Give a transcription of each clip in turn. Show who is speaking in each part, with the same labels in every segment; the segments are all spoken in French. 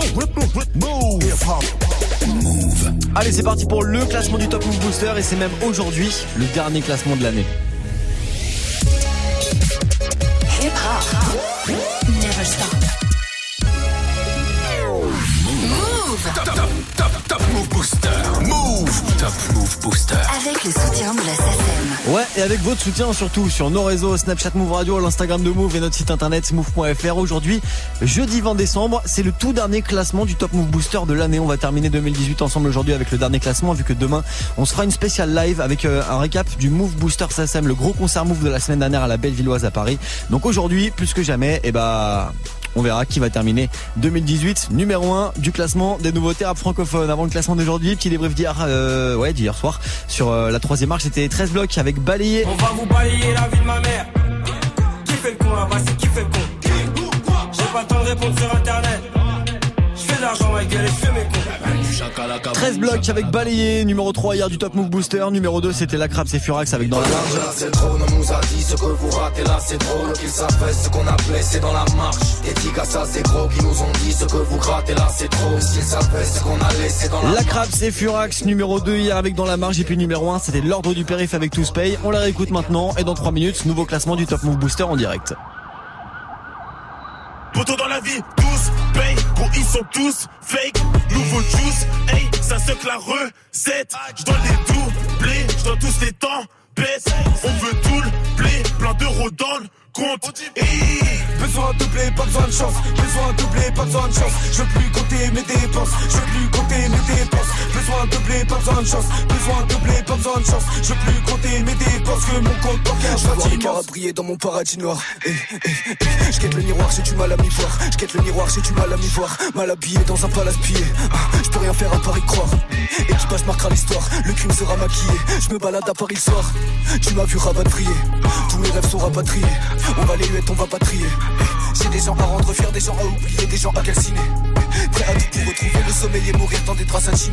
Speaker 1: Move.
Speaker 2: Allez, c'est parti pour le classement du Top Move Booster et c'est même aujourd'hui le dernier classement de l'année.
Speaker 3: Hip hop, never stop. Move.
Speaker 1: Top Move Booster. Move. Top Move Booster.
Speaker 3: Avec le soutien de la SACEM.
Speaker 2: Ouais, et avec votre soutien surtout sur nos réseaux Snapchat Move Radio, l'Instagram de Move et notre site internet move.fr. Aujourd'hui, jeudi 20 décembre, c'est le tout dernier classement du Top Move Booster de l'année. On va terminer 2018 ensemble aujourd'hui avec le dernier classement, vu que demain, on se fera une spéciale live avec un récap du Move Booster SACEM, le gros concert Move de la semaine dernière à la Bellevilloise à Paris. Donc aujourd'hui, plus que jamais, on verra qui va terminer 2018 numéro 1 du classement des nouveautés rap francophones. Avant le classement d'aujourd'hui, petit débrief d'hier soir sur la 3e marche, c'était 13 blocs avec Balayé.
Speaker 4: On va vous balayer la vie de ma mère. Qui fait le con là-bas, c'est qui fait le con? J'ai pas le temps de répondre sur internet. Je fais de l'argent ma gueule et je fais mes cons.
Speaker 2: 13 blocs avec Balayé, numéro 3 hier du Top Move Booster, numéro 2 c'était La Crabe, c'est Furax avec Dans la Marge.
Speaker 5: Là c'est trop, on nous a dit ce que vous ratez là c'est drôle. Qu'ils savent ce qu'on a blessé dans la marche. Des tigas ça c'est gros qui nous ont dit ce que vous grattez là c'est trop. S'ils savaient ce qu'on a laissé dans la
Speaker 2: La Crabe, c'est Furax, numéro 2 hier avec Dans la Marge. Et puis numéro 1 c'était l'Ordre du Périph avec Tous Pay. On la réécoute maintenant et dans 3 minutes, nouveau classement du Top Move Booster en direct.
Speaker 6: Poto dans la vie, tous paye, gros ils sont tous fake. Nouveau juice, hey, ça se que la recette. J'dois les doubler, j'dois tous les temps baisse. On veut tout le blé, plein d'euros dans le compte. Hey.
Speaker 5: Besoin de doubler, pas besoin de chance. Besoin de doubler, pas besoin de chance. Je veux plus compter mes dépenses. Je veux plus compter mes dépenses. Besoin de doubler, pas besoin de chance. Besoin de doubler, pas besoin de chance. Je veux plus compter mes dépenses. Que mon compte bancaire soit immense. Je vois briller dans mon paradis noir. Je guette le miroir, j'ai du mal à m'y voir. Je guette le miroir, j'ai du mal à m'y voir. Mal habillé dans un palace pillé. Je peux rien faire à part y croire. Équipage marquera l'histoire. Le crime sera maquillé. Je me balade à Paris le soir. Tu m'as vu rapatrier. Tous mes rêves sont rapatriés. On va les huettes, on va pas trier. J'ai des gens à rendre fiers, des gens à oublier, des gens à calciner. Prêt à tout pour retrouver le sommeil et mourir dans des draps satinés.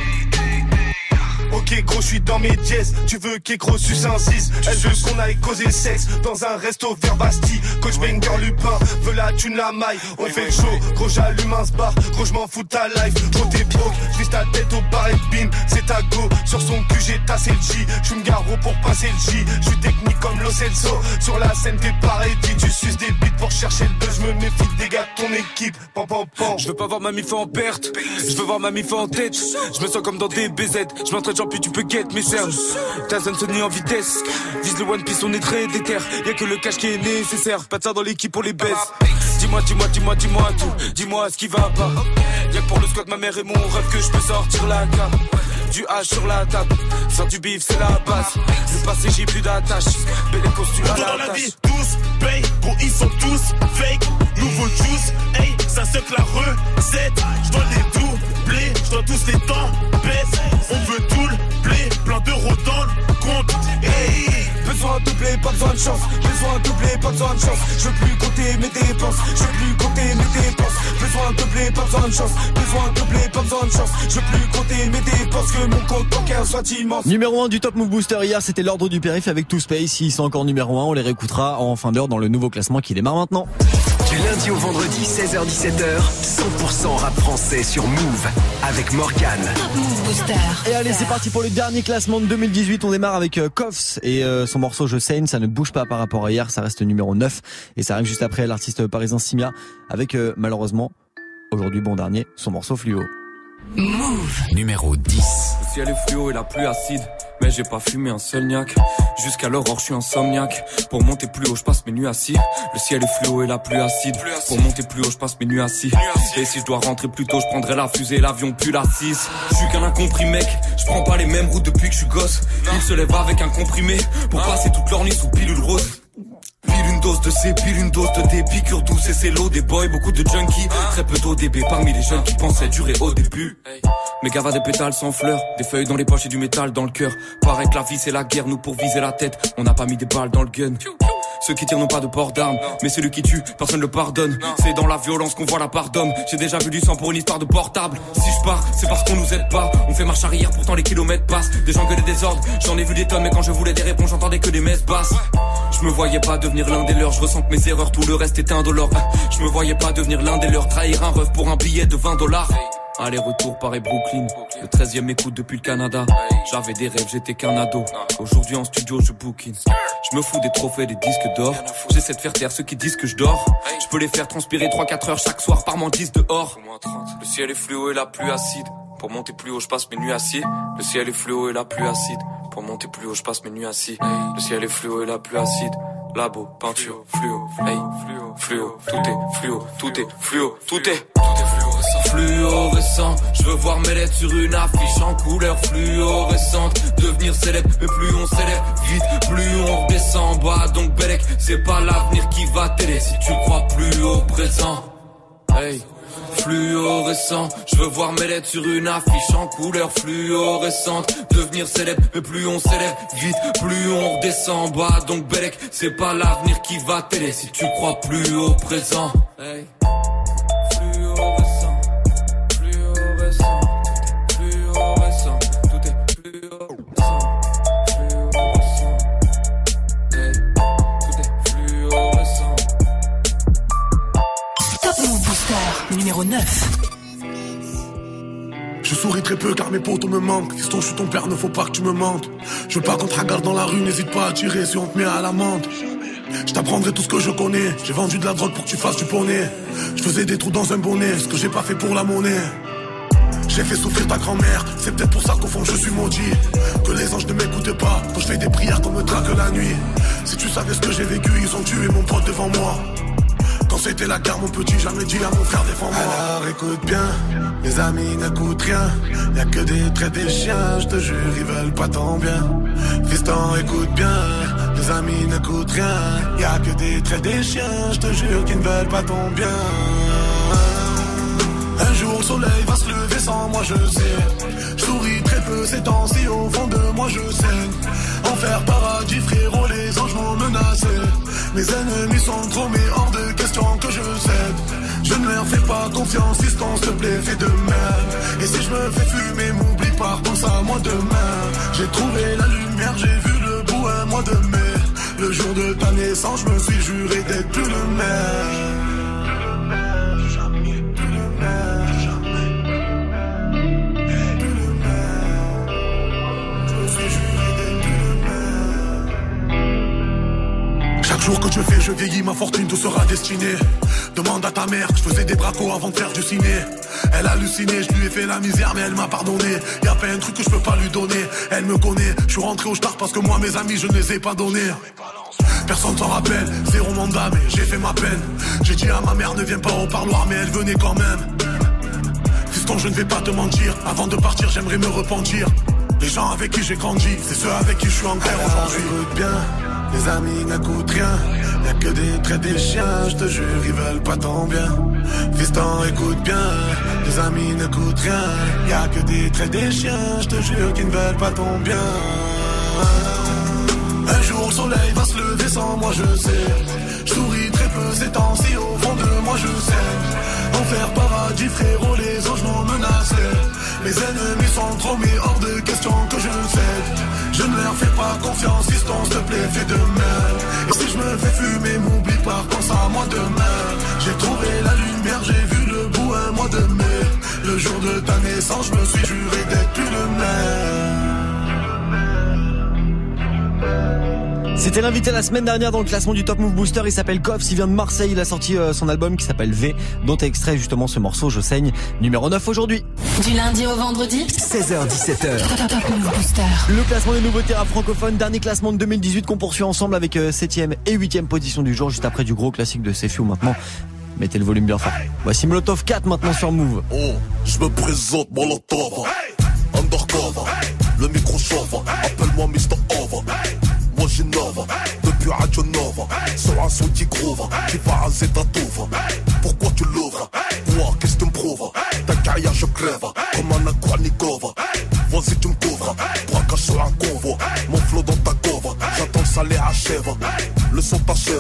Speaker 6: Ok gros, je suis dans mes dièses. Tu veux qu'écro suce un 6. Elle veut qu'on aille causer sexe dans un resto vers Bastille. Coach Banger Lupin veut la thune la maille. On fait le show, gros j'allume un bar. Gros je m'en fous de ta life. Gros t'es broke, j'vise ta tête au bar et bim. C'est ta go, sur son cul j'ai tassé le J. J'suis me garrot pour passer le J. J'suis technique comme Lo Celso. Sur la scène t'es pareil, tu suces des bites pour chercher le buzz. J'me méfie des gars de ton équipe. Pam pam pam.
Speaker 7: Je veux pas voir ma mif en perte. Je veux voir ma mif en tête. Je me sens comme dans des BZ. Je m'entraîne genre puis tu peux get mes cernes. Ta zone sonne en vitesse. Vise le One Piece, on est très déter. Y'a que le cash qui est nécessaire. Pas de ça dans l'équipe, on les baisse. Dis-moi tout. Dis-moi ce qui va pas. Y'a que pour le squat, ma mère et mon rêve que je peux sortir la carte. Du H sur la table. Faire du bif, c'est la base. Le passé, j'ai plus d'attache. Belle costume à
Speaker 6: dans
Speaker 7: la
Speaker 6: la
Speaker 7: tâche.
Speaker 6: vie, tous paye, gros ils sont tous fake. Nouveau juice, hey, ça se que la recette. J'dois les doubler, j'dois tous les temps baisse. On veut tout le blé, plein d'euros dans le compte. Hey.
Speaker 5: Besoin de doubler, pas besoin de chance. Besoin de doubler, pas besoin de chance. Je veux plus compter mes dépenses. Je veux plus compter mes dépenses. Besoin de doubler, pas besoin de chance. Besoin de doubler, pas besoin de chance. Je veux plus compter mes dépenses. Que mon compte bancaire soit immense.
Speaker 2: Numéro 1 du Top Move Booster hier, c'était l'Ordre du Périph avec Tous Pay. S'ils sont encore numéro 1, on les réécoutera en fin d'heure dans le nouveau classement qui démarre maintenant.
Speaker 1: Du lundi au vendredi, 16h-17h, 100% rap français sur Move avec Morgane.
Speaker 3: Top Move Booster.
Speaker 2: Et allez, c'est parti pour le dernier classement de 2018. On démarre avec Koffs et son morceau Je saigne. Ça ne bouge pas par rapport à hier, ça reste numéro 9. Et ça arrive juste après l'artiste parisien Simia avec malheureusement, aujourd'hui bon dernier, son morceau Fluo.
Speaker 3: Move.
Speaker 1: Numéro 10.
Speaker 7: Le ciel est fluo et la pluie acide. Mais j'ai pas fumé un seul niaque. Jusqu'à l'aurore je suis insomniaque. Pour monter plus haut je passe mes nuits assis. Le ciel est fluo et la pluie acide. Pour monter plus haut je passe mes nuits assis. Et si je dois rentrer plus tôt je prendrai la fusée, l'avion puis la 6. Je suis qu'un incompris mec. Je prends pas les mêmes routes depuis que je suis gosse. Ils se lèvent avec un comprimé pour passer toute leur nuit sous pilule rose. Pile une dose de C, pile une dose de D, piqûre douce et c'est l'eau des boys, beaucoup de junkies, très peu d'ODB parmi les jeunes qui pensaient durer au début. Mes gavas des pétales sans fleurs, des feuilles dans les poches et du métal dans le cœur. Pareil que la vie c'est la guerre, nous pour viser la tête, on n'a pas mis des balles dans le gun. Ceux qui tirent n'ont pas de port d'armes, mais celui qui tue, personne le pardonne. C'est dans la violence qu'on voit la part d'homme. J'ai déjà vu du sang pour une histoire de portable. Si je pars, c'est parce qu'on nous aide pas. On fait marche arrière, pourtant les kilomètres passent. Des gens que des désordres, j'en ai vu des tonnes, mais quand je voulais des réponses, j'entendais que des messes basses. Je me voyais pas devenir l'un des leurs, je ressens que mes erreurs, tout le reste est indolore. Je me voyais pas devenir l'un des leurs, trahir un rêve pour un billet de $20. Aller-retour Paris-Brooklyn, le 13e écoute depuis le Canada. J'avais des rêves, j'étais qu'un ado. Aujourd'hui en studio je bookine. Je me fous des trophées, des disques d'or. J'essaie de faire taire ceux qui disent que je dors. Je peux les faire transpirer 3-4 heures chaque soir par mon 10 dehors. Le ciel est fluo et la pluie acide. Pour monter plus haut je passe mes nuits assis. Le ciel est fluo et la pluie acide. Pour monter plus haut je passe mes nuits assis. Le ciel est fluo et la pluie acide. Labo, peinture, fluo, hey, fluo, tout est fluo, tout est fluo, tout est fluorescent. Je veux voir mes lettres sur une affiche en couleur fluorescente. Devenir célèbre, mais plus on s'élève vite, plus on redescend bas. Donc Belek, c'est pas l'avenir qui va t'aider si tu crois plus au présent. Hey, fluorescent. Je veux voir mes lettres sur une affiche en couleur fluorescente. Devenir célèbre, mais plus on s'élève vite, plus on redescend bas. Donc Belek, c'est pas l'avenir qui va t'aider si tu crois plus au présent. Hey.
Speaker 3: Numéro 9.
Speaker 8: Je souris très peu car mes potos me manquent. Fiston, je suis ton père, ne faut pas que tu me manques. Je veux pas qu'on te regarde dans la rue, n'hésite pas à tirer si on te met à l'amende. Je t'apprendrai tout ce que je connais. J'ai vendu de la drogue pour que tu fasses du poney. Je faisais des trous dans un bonnet, ce que j'ai pas fait pour la monnaie. J'ai fait souffrir ta grand-mère, c'est peut-être pour ça qu'au fond je suis maudit. Que les anges ne m'écoutent pas, quand je fais des prières qu'on me traque la nuit. Si tu savais ce que j'ai vécu, ils ont tué mon pote devant moi. Quand c'était la guerre, mon petit, jamais dit à mon frère défends-moi. Alors écoute bien, les amis n'écoutent rien. Y'a que des traits des chiens, je te jure, ils veulent pas ton bien. Fiston, écoute bien, les amis n'écoutent rien. Y'a que des traits des chiens, je te jure, qu'ils ne veulent pas ton bien. Un jour le soleil va se lever sans moi je sais. Je souris très peu ces temps-ci, au fond de moi je saigne. Enfer, paradis, frérot, les anges m'ont menacé. Mes ennemis sont trop, mais hors de question que je cède. Je ne leur fais pas confiance, fiston, s'il te plaît, fais de même. Et si je me fais fumer, m'oublie pas, pense à moi demain. J'ai trouvé la lumière, j'ai vu le bout un mois de mai. Le jour de ta naissance, je me suis juré d'être plus le même. Chaque jour que je fais, je vieillis, ma fortune te sera destinée. Demande à ta mère, je faisais des bracos avant de faire du ciné. Elle a halluciné, je lui ai fait la misère, mais elle m'a pardonné. Y'a pas un truc que je peux pas lui donner. Elle me connaît, je suis rentré au star parce que moi, mes amis, je ne les ai pas donnés. Personne s'en rappelle, zéro mandat, mais j'ai fait ma peine. J'ai dit à ma mère, ne viens pas au parloir, mais elle venait quand même. Fiston, je ne vais pas te mentir, avant de partir, j'aimerais me repentir. Les gens avec qui j'ai grandi, c'est ceux avec qui je suis en guerre aujourd'hui. Écoute bien, les amis n'écoutent rien. Y'a que des traits des chiens, je te jure, ils veulent pas ton bien. Fiston, écoute bien, les amis n'écoutent rien. Y'a que des traits des chiens, je te jure, qu'ils ne veulent pas ton bien. Un jour le soleil va se lever sans moi je sais. Je souris très peu ces temps-ci, au fond de moi je sais. Enfer, paradis, frérot, les anges m'ont menacé. Mes ennemis sont trop, mais hors de question que je cède. Je ne leur fais pas confiance, fiston, s'il te plaît, fais de même. Et si je me fais fumer, m'oublie pas, pense à moi demain. J'ai trouvé la lumière, j'ai vu le bout un mois de mai. Le jour de ta naissance, je me suis juré d'être plus le même.
Speaker 2: C'était l'invité la semaine dernière dans le classement du Top Move Booster. Il s'appelle Koffs, il vient de Marseille. Il a sorti son album qui s'appelle V, dont est extrait justement ce morceau Je saigne, numéro 9 aujourd'hui.
Speaker 3: Du lundi au vendredi
Speaker 1: 16h-17h.
Speaker 3: Top Move Booster.
Speaker 2: Le classement des nouveautés rap francophones, dernier classement de 2018 qu'on poursuit ensemble avec 7ème et 8ème position du jour, juste après du gros classique de Sefiu maintenant. Mettez le volume bien fort. Voici Molotov 4 maintenant sur Move.
Speaker 8: Oh, je me présente Molotov, undercover, le micro chauffe, appelle-moi Mr. Over. Moi j'innove, depuis Radio Nova, sur un son qui groove, qui va à Zetatova. Pourquoi tu l'ouvres? Moi, qu'est-ce que tu me prouves? Ta carrière je crève, comme un Akwanikova. Vas-y tu me couvres, braquage sur un convoi. Mon flow dans ta cova, j'attends que ça les achève. Le son t'achève,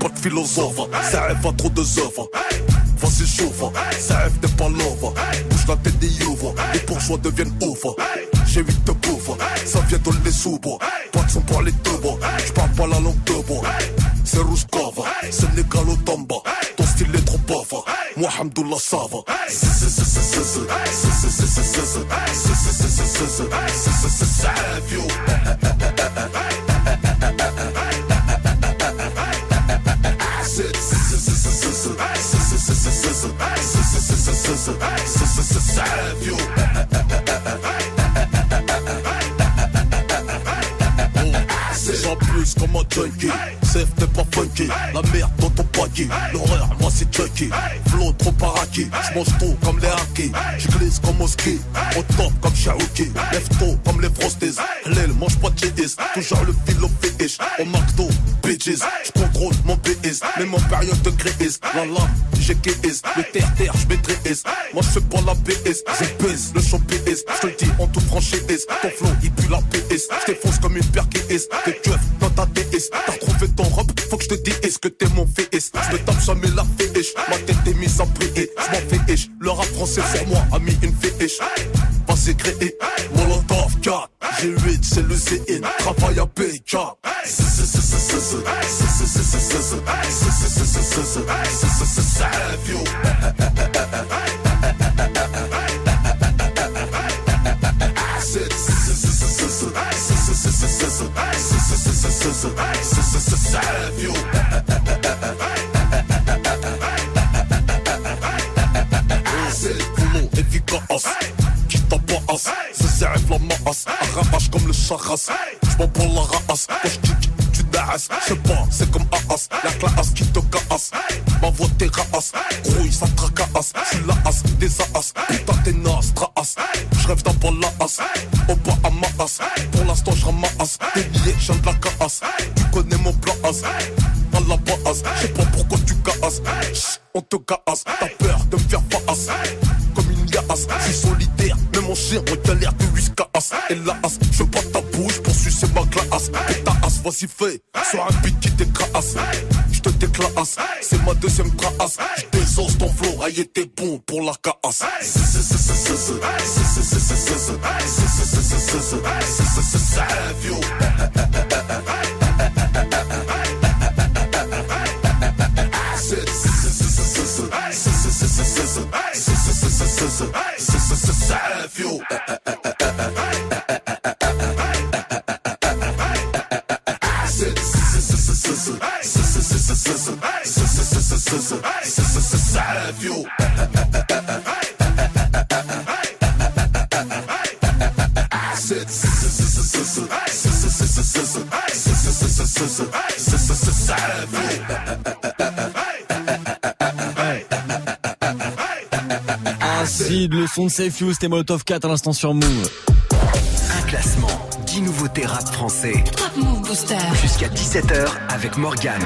Speaker 8: pas de philosophe. Ça rêve à trop de œuvres. Vas-y chauffe, ça rêve n'est pas love. Bouge la tête des youves, les bourgeois deviennent ouf. J'ai 8 de bouffe, ça vient dans les sous-bois. Pas de son pour les deux bois, j'parle pas la langue de bois. C'est Rouskova, c'est Négalo Tamba. Ton style est trop bava, moi Hamdoullah ça va. J'en plus comme un junkie, safe t'es pas funky. La merde dans ton paquet, l'horreur moi c'est Chucky. Flow trop paraki, j'mange tout comme les hackers. J'glisse comme au ski, au top comme Shaouki. Lève tôt comme les frosties, Lel mange pas de cheese. Toujours le filo fétiche, au McDo, bitches. J'contrôle mon BS, même en période de crise. La lame, j'ai KS, le terre-terre j'maîtrise. Moi j'fais pas la PS, je pèse le champ PS. J'te le dis en toute franchise, ton flow il pue la PS. J't'effonce comme une paire KS, t'es keuf dans ta DS. T'as retrouvé ton robe, faut que j'te dise que t'es mon fils. J'me tape jamais la féiche, ma tête est mise à prier. J'm'en fais ish, le rap français sur moi a mis une féiche. Vas-y créer, Molotov 4. G8 c'est le CN, travail à PK. Qui t'embrasse, ça s'arrête la masse. Arrache comme le charras, j'm'en prends la race. Quand j'kick, tu dasses, j'sais pas, c'est comme Aas. La classe qui te casse, ma voix t'es raas. Grouille, ça tracasse, j'suis la as, des as. Putain t'es naze, traas. J'rêve d'avoir la as, au bas à ma as. Pour l'instant j'ramasse, des billets, j'viens de la casse. Tu connais mon plan as, à la base. J'sais pas pourquoi tu casses, on te casse. T'as peur de me faire face. Comme une liasse, je suis solitaire, mais mon chien on galère de whiskas. Et la as, je veux pas ta bouche pour sucer ma glace. Et ta as, vas-y fais, sois un beat qui t'écrase. Je te déclasse, c'est ma deuxième trace. Je désosse ton flow, aïe t'es bon pour la casse.
Speaker 2: Acide, le son de Safe You, c'était Molotov 4 à l'instant sur Move.
Speaker 1: Un classement, 10 nouveautés rap français.
Speaker 3: Top Move Booster.
Speaker 1: Jusqu'à 17h avec Morgane.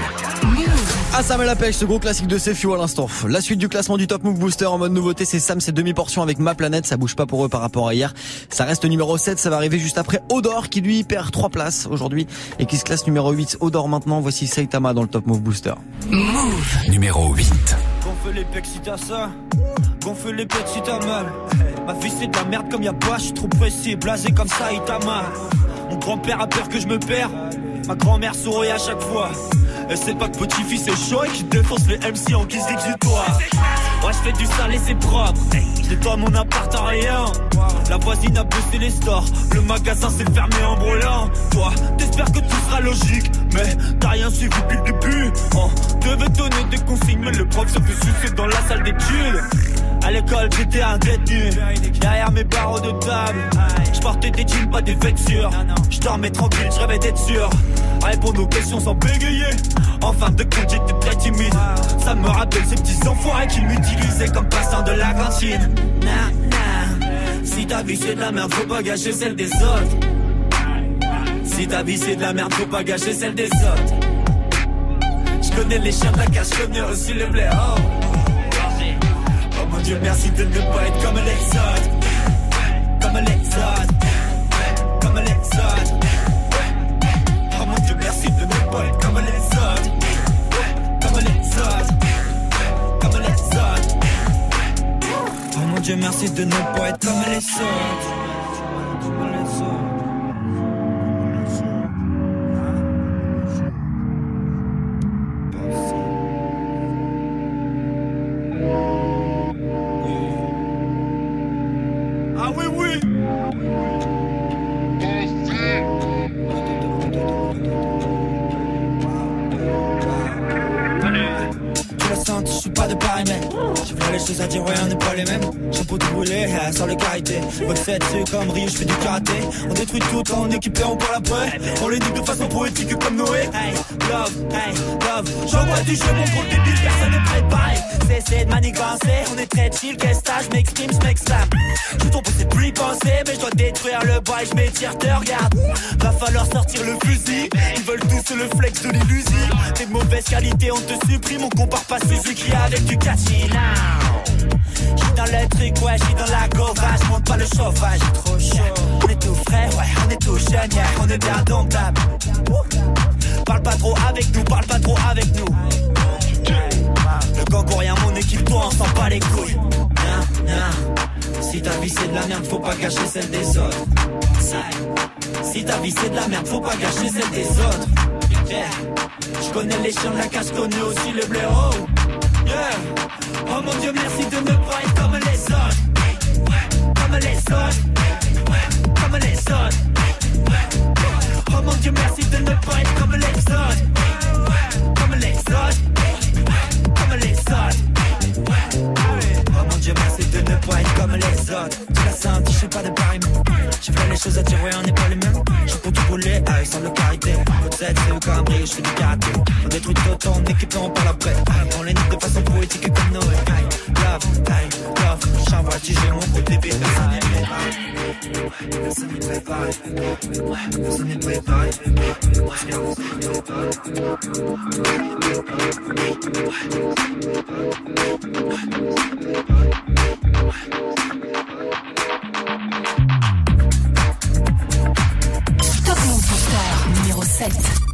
Speaker 2: Ah, ça met la pêche, ce gros classique de Safe You à l'instant. La suite du classement du Top Move Booster en mode nouveauté, c'est Sam, c'est demi-portion avec Ma Planète. Ça bouge pas pour eux par rapport à hier. Ça reste numéro 7, ça va arriver juste après Odor qui lui perd 3 places aujourd'hui et qui se classe numéro 8. Odor maintenant, voici Saitama dans le Top Move Booster.
Speaker 3: Move.
Speaker 1: Numéro 8.
Speaker 9: Gonfle les pecs si t'as ça, gonfle les pecs si t'as mal. Ma vie c'est de la merde comme y'a pas, je suis trop pressé, blasé comme ça, il t'a mal. Mon grand-père a peur que je me perds, ma grand-mère sourit à chaque fois. Elle sait pas que petit-fils est chaud et qu'il défonce les MC en guise d'exutoire. Ouais, je fais du sale et c'est propre, je nettoie mon appart en rien. La voisine a bossé les stores, le magasin s'est fermé en brûlant. Toi, t'espères que tout sera logique, mais t'as rien suivi depuis le début. On devait donner des consignes, mais le prof se fait sucer dans la salle d'études. À l'école j'étais un détenu, derrière mes barreaux de table. Je portais des jeans, pas des vêtures. Je dormais tranquille, je rêvais d'être sûr. Répondre aux questions sans bégayer. En fin de compte j'étais très timide. Ça me rappelle ces petits enfoirés qui m'utilisaient comme passant de la cantine. Nah, nah. Si ta vie c'est de la merde, faut pas gâcher celle des autres. Si ta vie c'est de la merde, faut pas gâcher celle des autres. Je connais les chiens de la casse, je connais aussi le blé. Oh. Oh mon Dieu, merci de ne pas être comme les autres. Comme les autres. Comme les autres. Oh mon Dieu, merci de ne pas être comme les autres. Dieu merci de ne pas être comme les autres.
Speaker 10: Les choses à dire, ouais, on n'est pas les mêmes. J'ai pour tout brûler, sans le karité. Boxette, c'est comme Rio, je fais du karaté. On détruit tout en équipé, on parle après. On les nique de façon poétique comme Noé. Hey, love. J'envoie du jeu, mon gros débile, personne n'est préparé. Cessez de manigancer, on est très chill. Qu'est-ce que je m'exprime, je m'exclame. Je tombe, c'est plus y penser, mais je dois détruire le bail, je m'étire, te regarde. Va falloir sortir le fusil. Ils veulent tous le flex de l'illusion. T'es de mauvaise qualité, on te supprime. On compare pas Suzuki avec du catchy. J'suis dans le truc, ouais, j'suis dans la gauvage. Monte pas le chauffage, j'ai trop chaud. On est tout frais, ouais, on est tout jeune, yeah, on est bien domptable. Parle pas trop avec nous, parle pas trop avec nous. Le gang pour rien, mon équipe, toi, on s'en bat les couilles. Si ta vie c'est de la merde, faut pas gâcher celle des autres. Si ta vie c'est de la merde, faut pas gâcher celle des autres. Yeah. J'connais les chiens de la casse, j'connais aussi le blaireau. Yeah. Oh mon Dieu, merci de ne pas être comme les autres. Comme les autres. Comme les autres. Oh mon Dieu, merci de ne pas être comme les autres. Comme les autres. Comme les autres. Oh mon Dieu, merci de ne pas être comme les autres. Tu l'as senti, je suis pas de Paris. J'ai fait les choses à dire, ouais, on n'est pas les mêmes. J'ai pour tout brûler, avec sans le karité. Votre set, c'est au cambré, je fais du karaté. On détruit tout en équipe, on parle après. On les nique de façon poétique comme Noé. Love, j'envoie du jeu, mon coup d'épée. Personne n'est préparé. Personne n'est préparé.
Speaker 3: Top Move Booster numéro 7.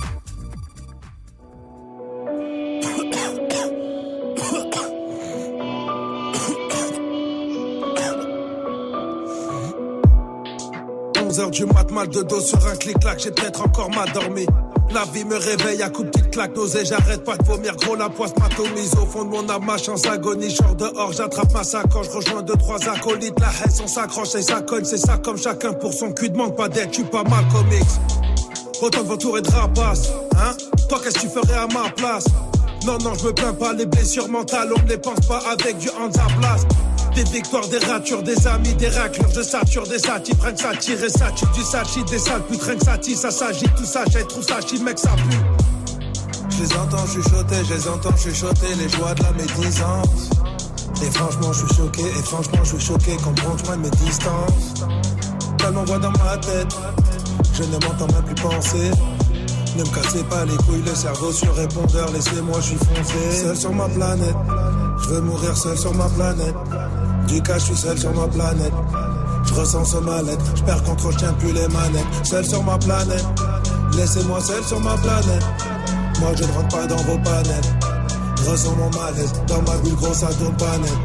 Speaker 11: 11h du mat, mal de dos sur un clic-clac, j'ai peut-être encore mal dormi. La vie me réveille à coups de petites claques, nausée, j'arrête pas de vomir, gros la poisse m'atomise. Au fond de mon âme, ma chance agonie, j'sors dehors, j'attrape ma sacoche, rejoins 2-3 acolytes, la haine on s'accroche et ça cogne, c'est ça comme chacun pour son cul, demande pas d'aide, tu pas mal comics. Autant de vautours et de rapaces, hein. Toi qu'est-ce que tu ferais à ma place? Non, je me plains pas, les blessures mentales, on ne les pense pas avec du Hansaplast. Des victoires, des ratures, des amis, des raclures, je sature des satis, prennent ça, tire et ça tue du sachi, des sales putes, rien que ça tire, ça s'agit, tout ça, j'ai trouve ça chi, mec, ça pue. Je les entends chuchoter, les joies de la médisance. Et franchement, je suis choqué, comprends que je mes distances. Tellement voix dans ma tête, je ne m'entends même plus penser. Ne me cassez pas les couilles, le cerveau sur répondeur, laissez-moi, je suis foncé. Seul sur ma planète, je veux mourir seul sur ma planète. Du cas, je suis seul sur ma planète. Je ressens ce mal-être, je perds contrôle, je tiens plus les manettes. Seul sur ma planète, laissez-moi seul sur ma planète. Moi je ne rentre pas dans vos panels. Je ressens mon malaise, dans ma bulle gros ça tourne pas net.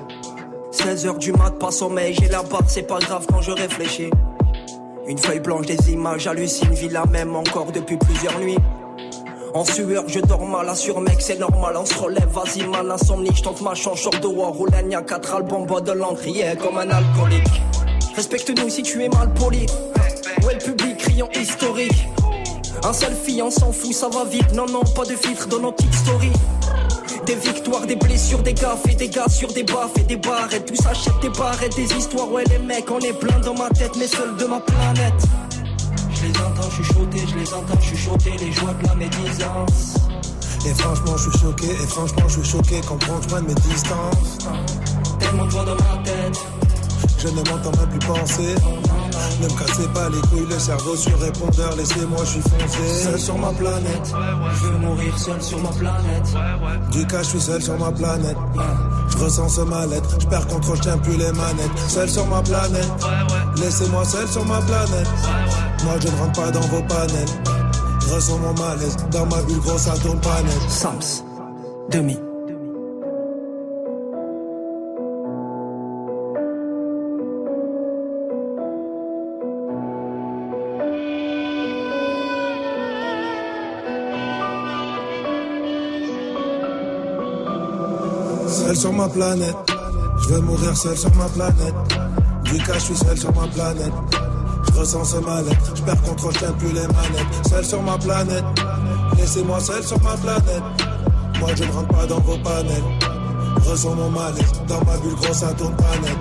Speaker 12: 16h du mat, pas sommeil, j'ai la barre, c'est pas grave quand je réfléchis. Une feuille blanche, des images, j'hallucine, vis la même encore depuis plusieurs nuits. En sueur, je dors mal, assure mec, c'est normal, on se relève, vas-y mal, insomnie, je tente ma chance, sors dehors, roule un nia 4 albums, bois de l'encre, yeah, comme un alcoolique. Respecte-nous si tu es mal poli. Ouais, le public, criant historique. Un selfie, on s'en fout, ça va vite, non, pas de filtre dans nos petites stories. Des victoires, des blessures, des gaffes et des gars sur des baffes et des barrettes. Tout s'achète des barrettes, des histoires, ouais les mecs, on est plein dans ma tête, mais seul de ma planète. Je les entends chuchoter, les joies de la médisance.
Speaker 11: Et franchement je suis choqué, comprends que je prenne mes distances.
Speaker 12: Tellement de voix dans ma tête,
Speaker 11: je ne m'entends même plus penser. Ne me cassez pas les couilles, le cerveau sur répondeur, laissez-moi, je suis foncé. Seul sur ma planète,
Speaker 12: je veux mourir seul sur ma planète.
Speaker 11: Du cas, je suis seul sur ma planète. Je ressens ce mal-être, je perds contrôle, je tiens plus les manettes. Seul sur ma planète, laissez-moi seul sur ma planète. Moi je ne rentre pas dans vos panels. Je ressens mon malaise, dans ma bulle gros ça tourne pas net.
Speaker 12: Sams, demi.
Speaker 11: seul sur ma planète. Je vais mourir seul sur ma planète. Du cas, je suis seul sur ma planète. Je ressens ce mal-être, je perds contrôle, je tiens plus les manettes. Seul sur ma planète, laissez-moi seul sur ma planète. Moi je ne rentre pas dans vos panels. Ressens mon mal-être, dans ma bulle grosse ça tourne pas net.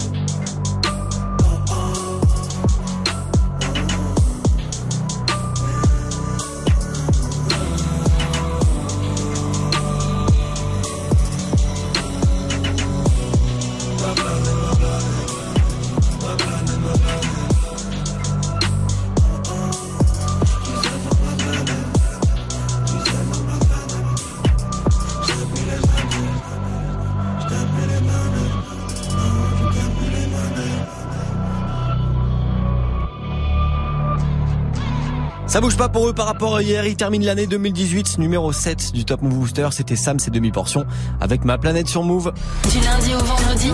Speaker 2: Ça bouge pas pour eux par rapport à hier. Ils terminent l'année 2018, numéro 7 du Top Move Booster. C'était Sam, ses demi-portions, avec Ma Planète sur Move.
Speaker 3: Du lundi au vendredi,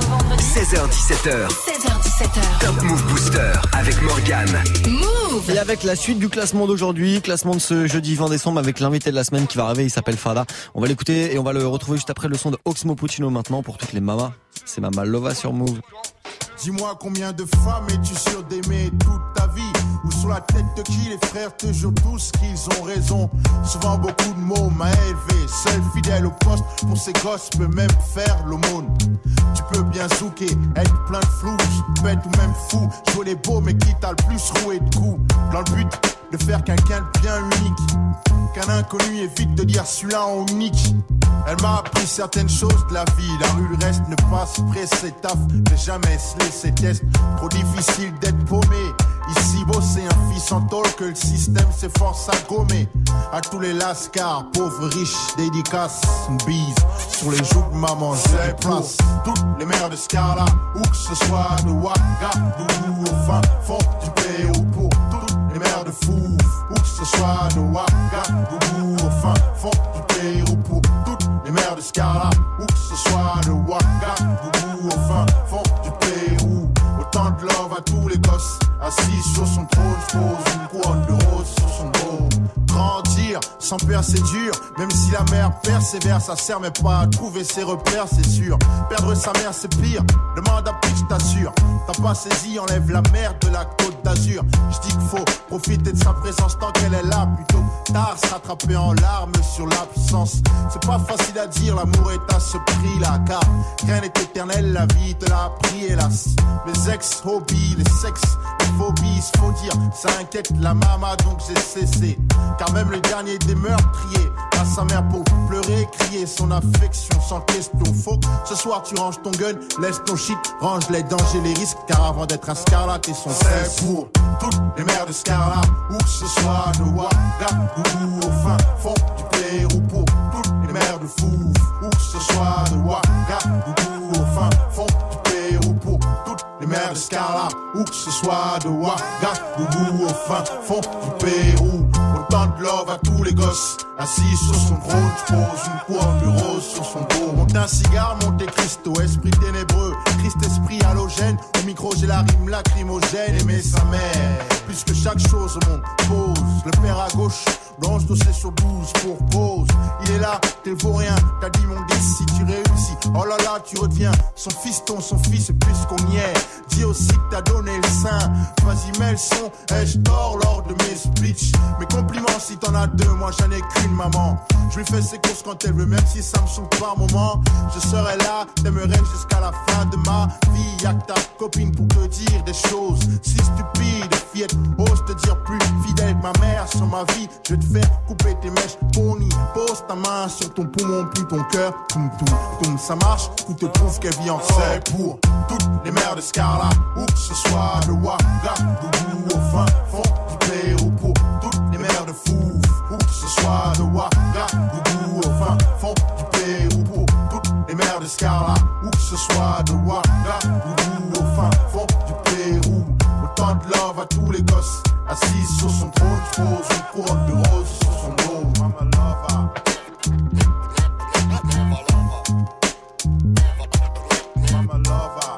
Speaker 1: 16h17h.
Speaker 3: 16h17h.
Speaker 1: Top Move Booster avec Morgane.
Speaker 3: Move.
Speaker 2: Et avec la suite du classement d'aujourd'hui, classement de ce jeudi 20 décembre avec l'invité de la semaine qui va arriver, il s'appelle Fada. On va l'écouter et on va le retrouver juste après le son de Oxmo Puccino maintenant pour toutes les mamas. C'est Mama Lova sur Move.
Speaker 13: Dis-moi combien de femmes es-tu sûr d'aimer toute ta vie? Ou sur la tête de qui les frères te jurent tous qu'ils ont raison? Souvent beaucoup de mots m'a élevé, seul fidèle au poste pour ses gosses peut même faire l'aumône. Tu peux bien zouker, être plein de flou, bête ou même fou, jouer les beaux mais qui t'a le plus roué de coups. Dans le but de faire quelqu'un de bien unique, qu'un inconnu évite de dire celui-là en unique. Elle m'a appris certaines choses de la vie. La rue, le reste ne passe pressé taf. Ne jamais se laisser test. Trop difficile d'être paumé. Ici, bosser un fils en tôle que le système s'efforce à gommer. À tous les lascars, pauvres, riches, dédicaces. Une bise sur les joues de maman, je les place. Toutes les mères de Scarla, où que ce soit de Ouagadougou au fin fond du Pérou. Pour toutes les mères de Fouf, où que ce soit de Ouagadougou au fin fond du Pérou. Pour toutes les mères de Scarla, où que ce soit de Ouagadougou au fin fond du Pérou. Autant de love à tous les gosses, assis sur son trône, pose une couronne de rose sur son dos. Grandir sans père c'est dur, même si la mère persévère, ça sert mais pas à trouver ses repères, c'est sûr. Perdre sa mère c'est pire, demande à Pitch, t'assure. T'as pas saisi, enlève la merde de la Côte d'Azur. Je dis qu'il faut profiter de sa présence tant qu'elle est là, plutôt tard se rattraper en larmes sur l'absence. C'est pas facile à dire, l'amour est à ce prix-là, car rien n'est éternel, la vie te l'a appris hélas. Mes ex-hobbies, les sexes, les phobies, faut dire, ça inquiète la mama donc j'ai cessé. Car même le dernier des meurtriers à sa mère pour pleurer, crier son affection sans question. Faut que ce soir tu ranges ton gun, laisse ton shit, range les dangers, les risques. Car avant d'être un Scarla, t'es son frère. Pour toutes les mères de Scarla, où que ce soit de Ouagadougou au fin fond du Pérou. Pour toutes les mères de Fouf, où que ce soit de Ouagadougou au fin fond du Pérou. Pour toutes les mères de Scarla, où que ce soit de Ouagadougou au fin fond du Pérou. Autant de love à tous les gosses, assis sur son trône, pose une couronne de rose sur son dos. Monte un cigare, Monte Cristo, esprit ténébreux, Christ esprit halogène. Au micro j'ai la rime lacrymogène, aimer sa mère, plus que chaque chose au monde. Pose, le père à gauche, blanche dossier sur 12 pour cause. Il est là, t'es le vaut rien, t'as dit mon 10 si tu réussis. Oh là là, tu redeviens son fiston, son fils, et plus qu'on y est. Dis aussi que t'as donné le sein, vas-y mets le son, ai-je tort lors de mes speeches. Mes compliments si t'en as deux, moi j'en ai qu'une maman. Je lui fais ses courses quand elle veut, même si ça me saoule par moment. Je serai là, t'aimerais jusqu'à la fin de ma vie. Y'a que ta copine pour te dire des choses si stupides. Fillette, ose te dire plus fidèle que ma mère sur ma vie. Je vais te faire couper tes mèches, pony. Pose ta main sur ton poumon, puis ton cœur. Toum toum, toum, ça marche, ou te prouve qu'elle vit en c'est pour toutes les mères de Scarla, où que ce soit de Ouagadougou au fin fond du Pérou. Pour toutes les mères de Fouf, où que ce soit de Ouagadougou au fin fond du Pérou. Pour toutes les mères de Scarla, où que ce soit de Ouagadougou au fin fond du Pérou. Autant de love à tous les gosses, assis sur son trône, pose une couronne de rose sur son dos. Mama Lova. Mama Lova.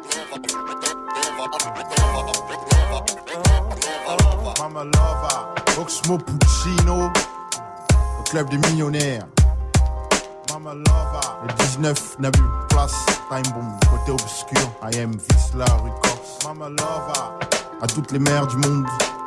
Speaker 13: Mama Lova. Oxmo Puccino, au club des millionnaires. Le 19 Nabu, place, time bomb, côté obscur, I am Visla, rue Corse. Mama Lova, à toutes les mères du monde,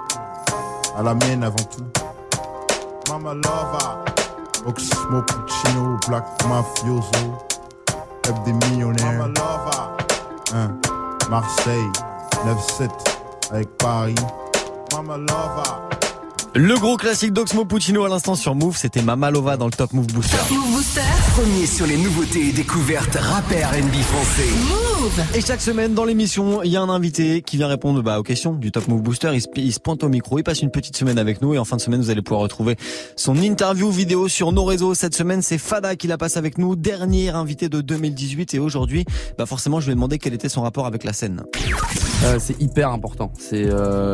Speaker 13: à la mienne avant tout. Mama Lova, Oxmo Puccino, Black Mafioso, Club des millionnaires. Mama Lova, Marseille, 9-7 avec Paris. Mama Lova.
Speaker 2: Le gros classique d'Oxmo Puccino à l'instant sur Move, c'était Mama Lova dans le Top Move Booster.
Speaker 3: Move Booster.
Speaker 1: Premier sur les nouveautés et découvertes rappeurs R&B français.
Speaker 3: Move.
Speaker 2: Et chaque semaine dans l'émission, il y a un invité qui vient répondre aux questions du Top Move Booster. Il se pointe au micro, il passe une petite semaine avec nous et en fin de semaine, vous allez pouvoir retrouver son interview vidéo sur nos réseaux. Cette semaine, c'est Fada qui la passe avec nous, dernier invité de 2018 et aujourd'hui, forcément, je lui ai demandé quel était son rapport avec la scène.
Speaker 14: C'est hyper important. C'est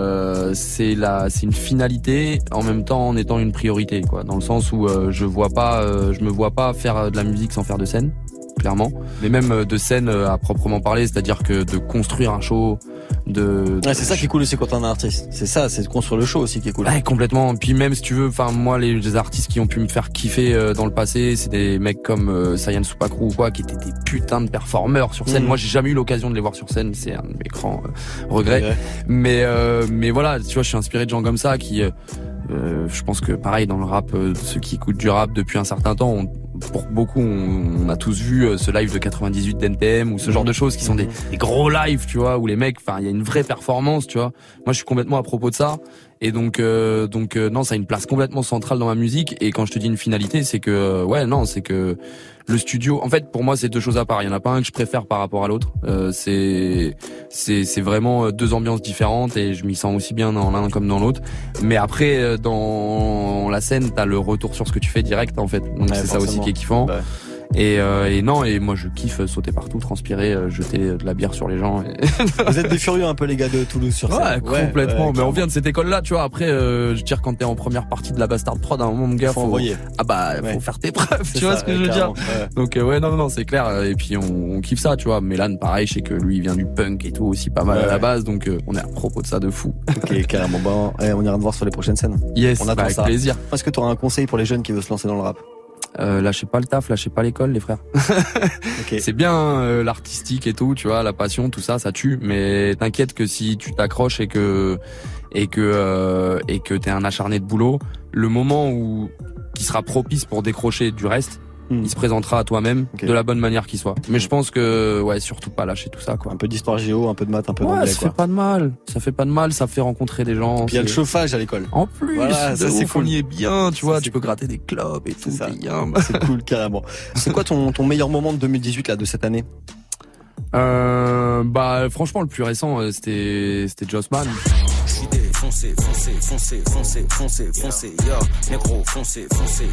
Speaker 14: une finalité en même temps en étant une priorité, quoi. Dans le sens où je me vois pas faire de la musique sans faire de scène, clairement. Mais même de scène à proprement parler, c'est-à-dire que de construire un show,
Speaker 2: c'est ça qui est cool aussi quand on est un artiste. C'est ça, c'est de construire le show aussi qui est cool.
Speaker 14: Ouais, complètement. Puis même si tu veux, moi les artistes qui ont pu me faire kiffer dans le passé, c'est des mecs comme Sayan Soupacrou ou quoi, qui étaient des putains de performeurs sur scène. Moi j'ai jamais eu l'occasion de les voir sur scène, c'est un de mes grands regrets. Mais voilà, tu vois, je suis inspiré de gens comme ça qui je pense que pareil dans le rap, ceux qui écoutent du rap depuis un certain temps, pour beaucoup on a tous vu ce live de 98 d'NTM ou ce genre de choses qui sont des gros lives, tu vois, où les mecs, il y a une vraie performance, tu vois. Moi je suis complètement à propos de ça. Et donc non, ça a une place complètement centrale dans ma musique. Et quand je te dis une finalité, c'est que c'est que le studio, en fait, pour moi, c'est deux choses à part. Il y en a pas un que je préfère par rapport à l'autre. C'est vraiment deux ambiances différentes et je m'y sens aussi bien dans l'un comme dans l'autre. Mais après, dans la scène, t'as le retour sur ce que tu fais direct, en fait. Donc c'est ça aussi qui est kiffant. Ouais. Et moi je kiffe sauter partout, transpirer, jeter de la bière sur les gens.
Speaker 2: Vous êtes des furieux un peu les gars de Toulouse sur scène.
Speaker 14: Ouais, complètement. Mais on vient de cette école là, tu vois. Après, je veux dire, quand t'es en première partie de la Bastard Prod, à un moment, mon gars, faut
Speaker 2: envoyer.
Speaker 14: Faut faire tes preuves. Tu vois ce que je veux dire. Donc non, c'est clair. Et puis on kiffe ça, tu vois. Mélan, pareil, je sais que lui il vient du punk et tout aussi pas mal à la base. Donc on est à propos de ça de fou.
Speaker 2: Ok, carrément. On ira te voir sur les prochaines scènes.
Speaker 14: Yes, on attend avec plaisir.
Speaker 2: Est-ce que t'auras un conseil pour les jeunes qui veulent se lancer dans le rap?
Speaker 14: Lâchez pas le taf, lâchez pas l'école, les frères. Okay. C'est bien l'artistique et tout, tu vois, la passion, tout ça, ça tue. Mais t'inquiète que si tu t'accroches et que t'es un acharné de boulot, le moment qui sera propice pour décrocher du reste, il se présentera à toi-même de la bonne manière qu'il soit. Mais je pense que surtout pas lâcher tout ça, quoi.
Speaker 2: Un peu d'histoire géo, un peu de maths, un peu d'anglais,
Speaker 14: ça fait pas de mal. Ça fait pas de mal, ça fait rencontrer des gens.
Speaker 2: Puis il y a le chauffage à l'école.
Speaker 14: En plus,
Speaker 2: voilà, ça c'est cool.
Speaker 14: On y est bien, tu vois, tu peux gratter des clubs et tout.
Speaker 2: C'est bien. C'est cool, carrément. C'est quoi ton meilleur moment de 2018 là, de cette année?
Speaker 14: Franchement, le plus récent, c'était Jossman.
Speaker 15: Foncez, yo, négro, foncez.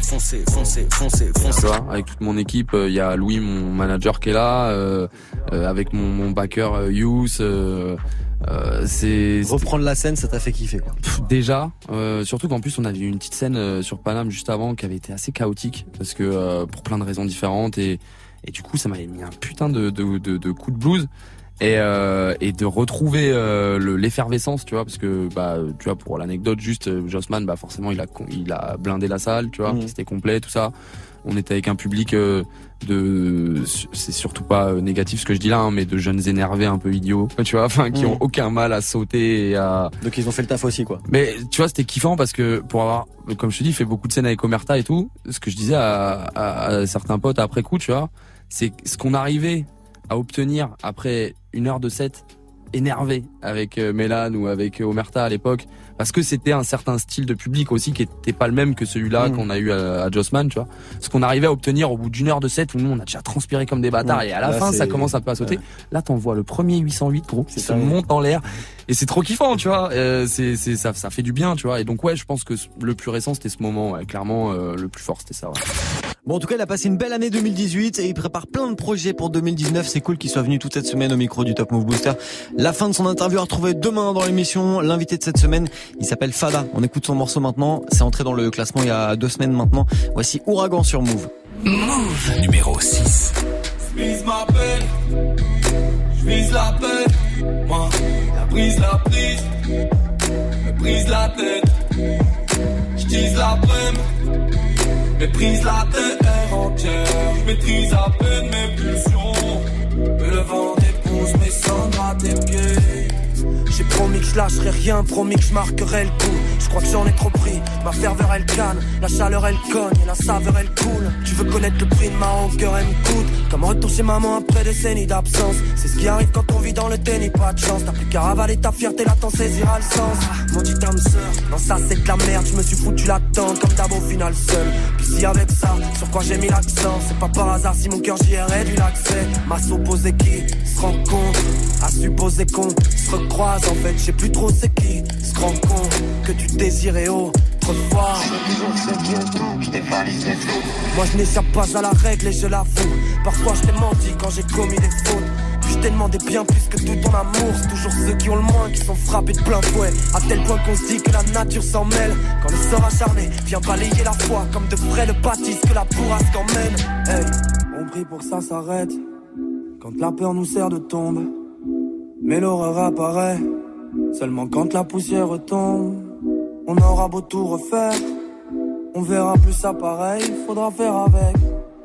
Speaker 14: Tu vois, avec toute mon équipe, il y a Louis, mon manager, qui est là, avec mon backer Youth.
Speaker 2: Reprendre la scène, ça t'a fait kiffer, quoi.
Speaker 14: Déjà, surtout qu'en plus on avait eu une petite scène sur Paname juste avant qui avait été assez chaotique parce que pour plein de raisons différentes et du coup ça m'avait mis un putain de coup de blues. Et de retrouver l'effervescence, tu vois, parce que tu vois, pour l'anecdote juste, Jossman, forcément il a blindé la salle, tu vois, c'était complet, tout ça. On était avec un public c'est surtout pas négatif ce que je dis là, hein, mais de jeunes énervés un peu idiots, tu vois, qui ont aucun mal à sauter et à...
Speaker 2: Donc ils ont fait le taf aussi, quoi.
Speaker 14: Mais tu vois, c'était kiffant parce que pour avoir, comme je te dis, fait beaucoup de scènes avec Omerta et tout, ce que je disais à certains potes après coup, tu vois, c'est ce qu'on arrivait à obtenir après 1 heure de set énervé avec Mélan ou avec Omerta à l'époque, parce que c'était un certain style de public aussi qui était pas le même que celui-là qu'on a eu à Jossman, tu vois. Ce qu'on arrivait à obtenir au bout d'1 heure de set où nous on a déjà transpiré comme des bâtards et à la fin ça commence un peu à sauter. Là t'envoies le premier 808 gros, ça monte en l'air et c'est trop kiffant, tu vois. Ça fait du bien, tu vois. Et donc je pense que le plus récent c'était ce moment, clairement le plus fort c'était ça.
Speaker 2: Bon, en tout cas, il a passé une belle année 2018 et il prépare plein de projets pour 2019. C'est cool qu'il soit venu toute cette semaine au micro du Top Move Booster. La fin de son interview à retrouver demain dans l'émission. L'invité de cette semaine, il s'appelle Fada. On écoute son morceau maintenant. C'est entré dans le classement il y a 2 semaines maintenant. Voici Ouragan sur Move.
Speaker 1: Move numéro 6.
Speaker 5: J'vise ma peine, j'vise la peine. Moi, la prise, me brise la tête. J'tise la prime, méprise la terre.
Speaker 10: entière. Je maîtrise à peine mes pulsions. Le vent dépousse mes cendres à tes pieds.
Speaker 12: J'ai promis que je lâcherai rien, promis que je marquerai le coup. Je crois que j'en ai trop pris, ma ferveur elle canne, la chaleur elle cogne et la saveur elle coule. Tu veux connaître le prix de ma rancœur, elle me coûte. Comme retour chez maman après des décennies d'absence. C'est ce qui arrive quand on vit dans le déni, pas de chance. T'as plus qu'à ravaler ta fierté, là t'en saisiras le sens. Maudite âme sœur, non ça c'est de la merde. Je me suis foutu la tente comme d'hab au final seul. Puis si avec ça, sur quoi j'ai mis l'accent, c'est pas par hasard si mon cœur j'y ai réduit l'accès. M'a supposé qui se rencontre, à supposer qu'on se recroise. En fait, je sais plus trop c'est qui se rend compte que tu désirais autrefois. Moi je n'échappe pas à la règle et je l'avoue. Parfois je t'ai menti quand j'ai commis des fautes. Puis je t'ai demandé bien plus que tout ton amour. C'est toujours ceux qui ont le moins qui sont frappés de plein fouet. À tel point qu'on se dit que la nature s'en mêle. Quand le sort acharné vient balayer la foi, comme de frais le baptise que la bourrasque emmène. Hey, on prie pour que ça s'arrête quand la peur nous sert de tombe. Mais l'horreur apparaît seulement quand la poussière retombe. On aura beau tout refaire, on verra plus ça pareil, faudra faire avec.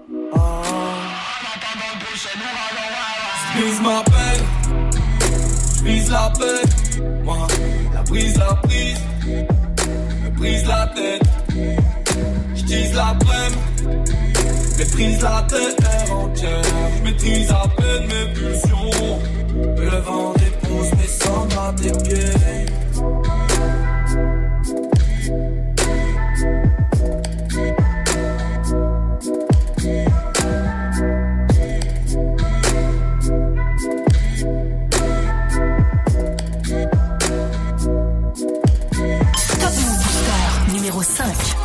Speaker 10: J'vise ma peine, j'vise la paix. Moi, la prise, me brise la tête. J'tise la brème, méprise la terre entière. J'maîtrise à peine mes pulsions. Le vent dépousse mes cendres à tes pieds.
Speaker 3: Top Move Booster numéro 5.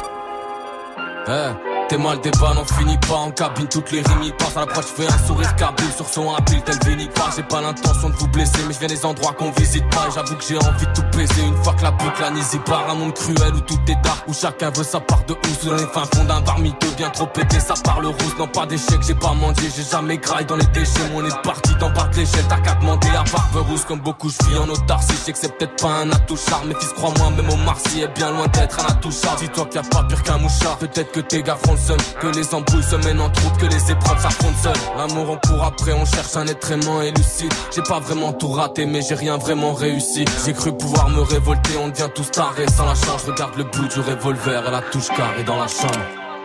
Speaker 16: T'es mal des balles, on finit pas en cabine, toutes les rimes y passent. À l'approche, je fais un sourire cabine sur son habile, tel Vinny pas. J'ai pas l'intention de vous blesser, mais je viens des endroits qu'on visite pas. Et j'avoue que j'ai envie de tout baiser. Une fois que la boucle anésie part, un monde cruel où tout est dark, où chacun veut sa part de housse. Dans les fins fonds d'un bar miteux, bien trop pété, ça parle rousse. Non, pas d'échec, j'ai pas mendié, j'ai jamais graille dans les déchets. Mon est parti d'en bas de l'échelle, t'as qu'à demander à Barberousse. Comme beaucoup, je vis en autarcie, je sais que c'est peut-être pas un attouchard. Mais fils, crois-moi, même au Marcy est bien loin d'être un attouchard. Dis-toi qu'il y a pas pire qu'un mouchard. Peut-être que tes gars feront le seul, que les embrouilles se mènent entre autres, que les épreuves s'affrontent seules. L'amour on court après, on cherche un être aimant et lucide. J'ai pas vraiment tout raté, mais j'ai rien vraiment réussi. J'ai cru pouvoir me révolter, on devient tous tarés. Sans la charge, regarde le bout du revolver et la touche carrée dans la chambre.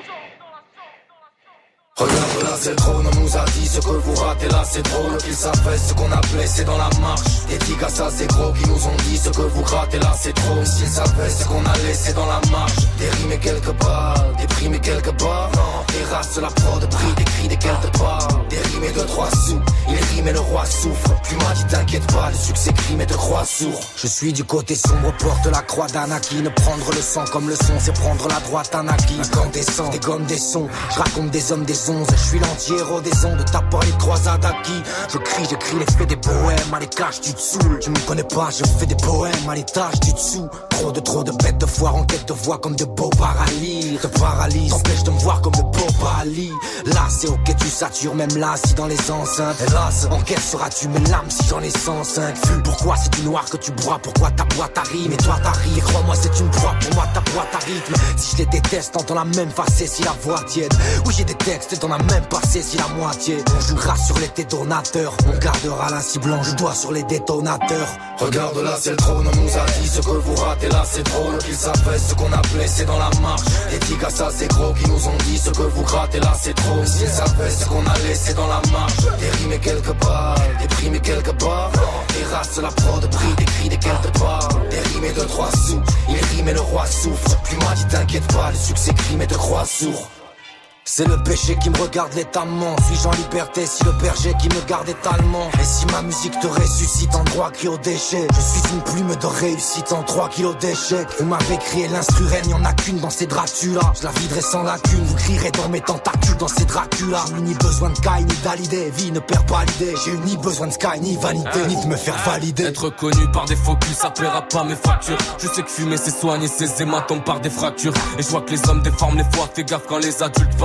Speaker 17: Regarde là c'est le trône, on nous a dit ce que vous ratez là c'est drôle. Qu'ils savent ce qu'on a blessé dans la marche. Des tigas ça c'est gros qui nous ont dit ce que vous grattez là c'est trop. S'ils savaient ce qu'on a laissé dans la marche. Des rimes et quelques balles, des primes et quelques barres. Non, terrasse la prod, prix des cris des quelques barres. Des rimes et 2-3 sous, il rime et le roi souffre. Puis m'a dit t'inquiète pas, le succès crime et te croit sourd. Je suis du côté sombre, porte la croix d'Anakin. Prendre le sang comme le son, c'est prendre la droite Anakin. Incandescent, des gommes, des sons, je raconte des hommes, des ondes. Je suis l'anti-héros des ondes, t'as pas les croisades acquis. Je crie, j'écris les faits des poèmes. À l'étage, tu te saoules. Tu me connais pas, je fais des poèmes. À l'étage, tu te saoules. Trop de bêtes de foire en quête de voix comme de beaux paralyses. Te paralyse, t'empêche de me voir comme de beaux paralyses. Là, c'est ok, tu satures, même là, si dans les enceintes. Hélas, en quelle seras-tu mes larmes si j'en ai 105? Pourquoi c'est du noir que tu bois? Pourquoi ta boîte à rime? Et toi, ta rire, crois-moi, c'est une proie. Pour moi, ta boîte à rythme. Si je les déteste, t'entends la même facée si la voix tiède. Oui, j'ai des textes dans la même passé si la moitié. On jouera sur les détonateurs, on gardera la cible blanche, doigt sur les détonateurs. Regarde là c'est le trône, on nous a dit ce que vous ratez là c'est drôle. Qu'ils savaient ce qu'on a blessé dans la marche. Des tigas ça c'est gros qui nous ont dit ce que vous grattez là c'est trop. S'ils savaient ce qu'on a laissé dans la marche. Des rimes et quelques balles, des primes et quelques barres. Terrasse la prod, prix des cris des quelques barres. Des rimes et 2-3 sous, il rime et le roi souffre. Puis m'a dit t'inquiète pas, le succès crime et te croit sourd. C'est le péché qui me regarde létamment. Suis-je en liberté si le berger qui me garde est allemand? Et si ma musique te ressuscite en droit cri au déchet? Je suis une plume de réussite en 3 kilos d'échecs. Vous m'avez crié l'instru reine, y'en a qu'une dans ces Dracula. Je la viderai sans lacune, vous crierez dans mes tentacules dans ces Dracula. J'ai ni besoin de Kai ni d'Hallyday, vie ne perd pas l'idée. J'ai eu ni besoin de Sky ni vanité, ni de me faire valider.
Speaker 16: Être connu par des focus, ça paiera pas mes factures. Je sais que fumer c'est soigner ses hématomes par des fractures. Et je vois que les hommes déforment les fois, fais gaffe quand les adultes parlent.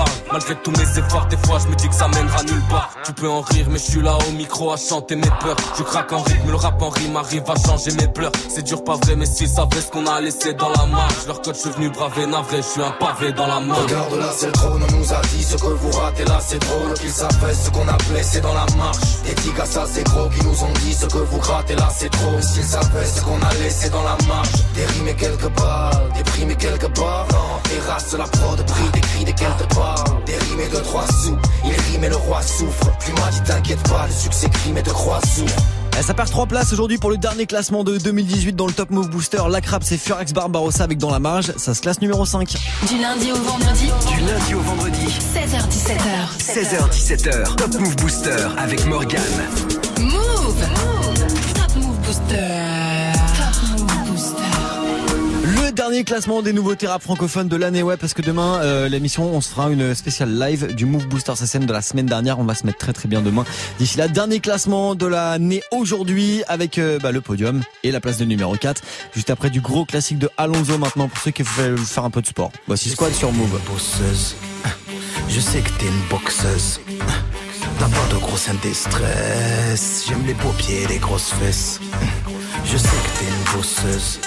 Speaker 16: parle. Malgré tous mes efforts, des fois je me dis que ça mènera nulle part. Tu peux en rire, mais je suis là au micro à chanter mes peurs. Je craque en rythme, le rap en rime arrive à changer mes pleurs. C'est dur, pas vrai, mais s'ils savaient ce qu'on a laissé dans la marge. Leur code, je suis venu braver, navré, je suis un pavé dans la mort.
Speaker 17: Regarde là, c'est le trône, on nous a dit ce que vous ratez là, c'est drôle. Qu'ils savaient ce qu'on a blessé dans la marche. Des tigas, ça c'est gros, qui nous ont dit ce que vous grattez là, c'est trop. S'ils savaient ce qu'on a laissé dans la marche. Des rimes et quelques balles, des primes et quelques barres. Terrasse la prod, prix des cris, des quelques balles. Des rimes et 2-3 sous, il rime et le roi souffre. Plus m'a dit t'inquiète pas, le succès crime et de croix souffre.
Speaker 2: Ça perd 3 places aujourd'hui pour le dernier classement de 2018 dans le Top Move Booster. La Crappe, c'est Furex Barbarossa avec Dans la Marge. Ça se classe numéro 5.
Speaker 3: Du lundi au vendredi. 16h17h.
Speaker 1: 16h17h. Top Move Booster avec Morgane.
Speaker 3: Move. Top Move Booster.
Speaker 2: Le dernier classement des nouveautés rap francophones de l'année, ouais, parce que demain, l'émission, on se fera une spéciale live du Move Booster SSM de la semaine dernière. On va se mettre très très bien demain. D'ici là, dernier classement de l'année aujourd'hui avec le podium et la place de numéro 4. Juste après du gros classique de Alonso maintenant pour ceux qui veulent faire un peu de sport. Voici Squad sur Move.
Speaker 18: Bosseuse. Je sais que t'es une boxeuse. T'as pas de gros seins des stress. J'aime les beaux pieds et les grosses fesses. Je sais que t'es une bosseuse.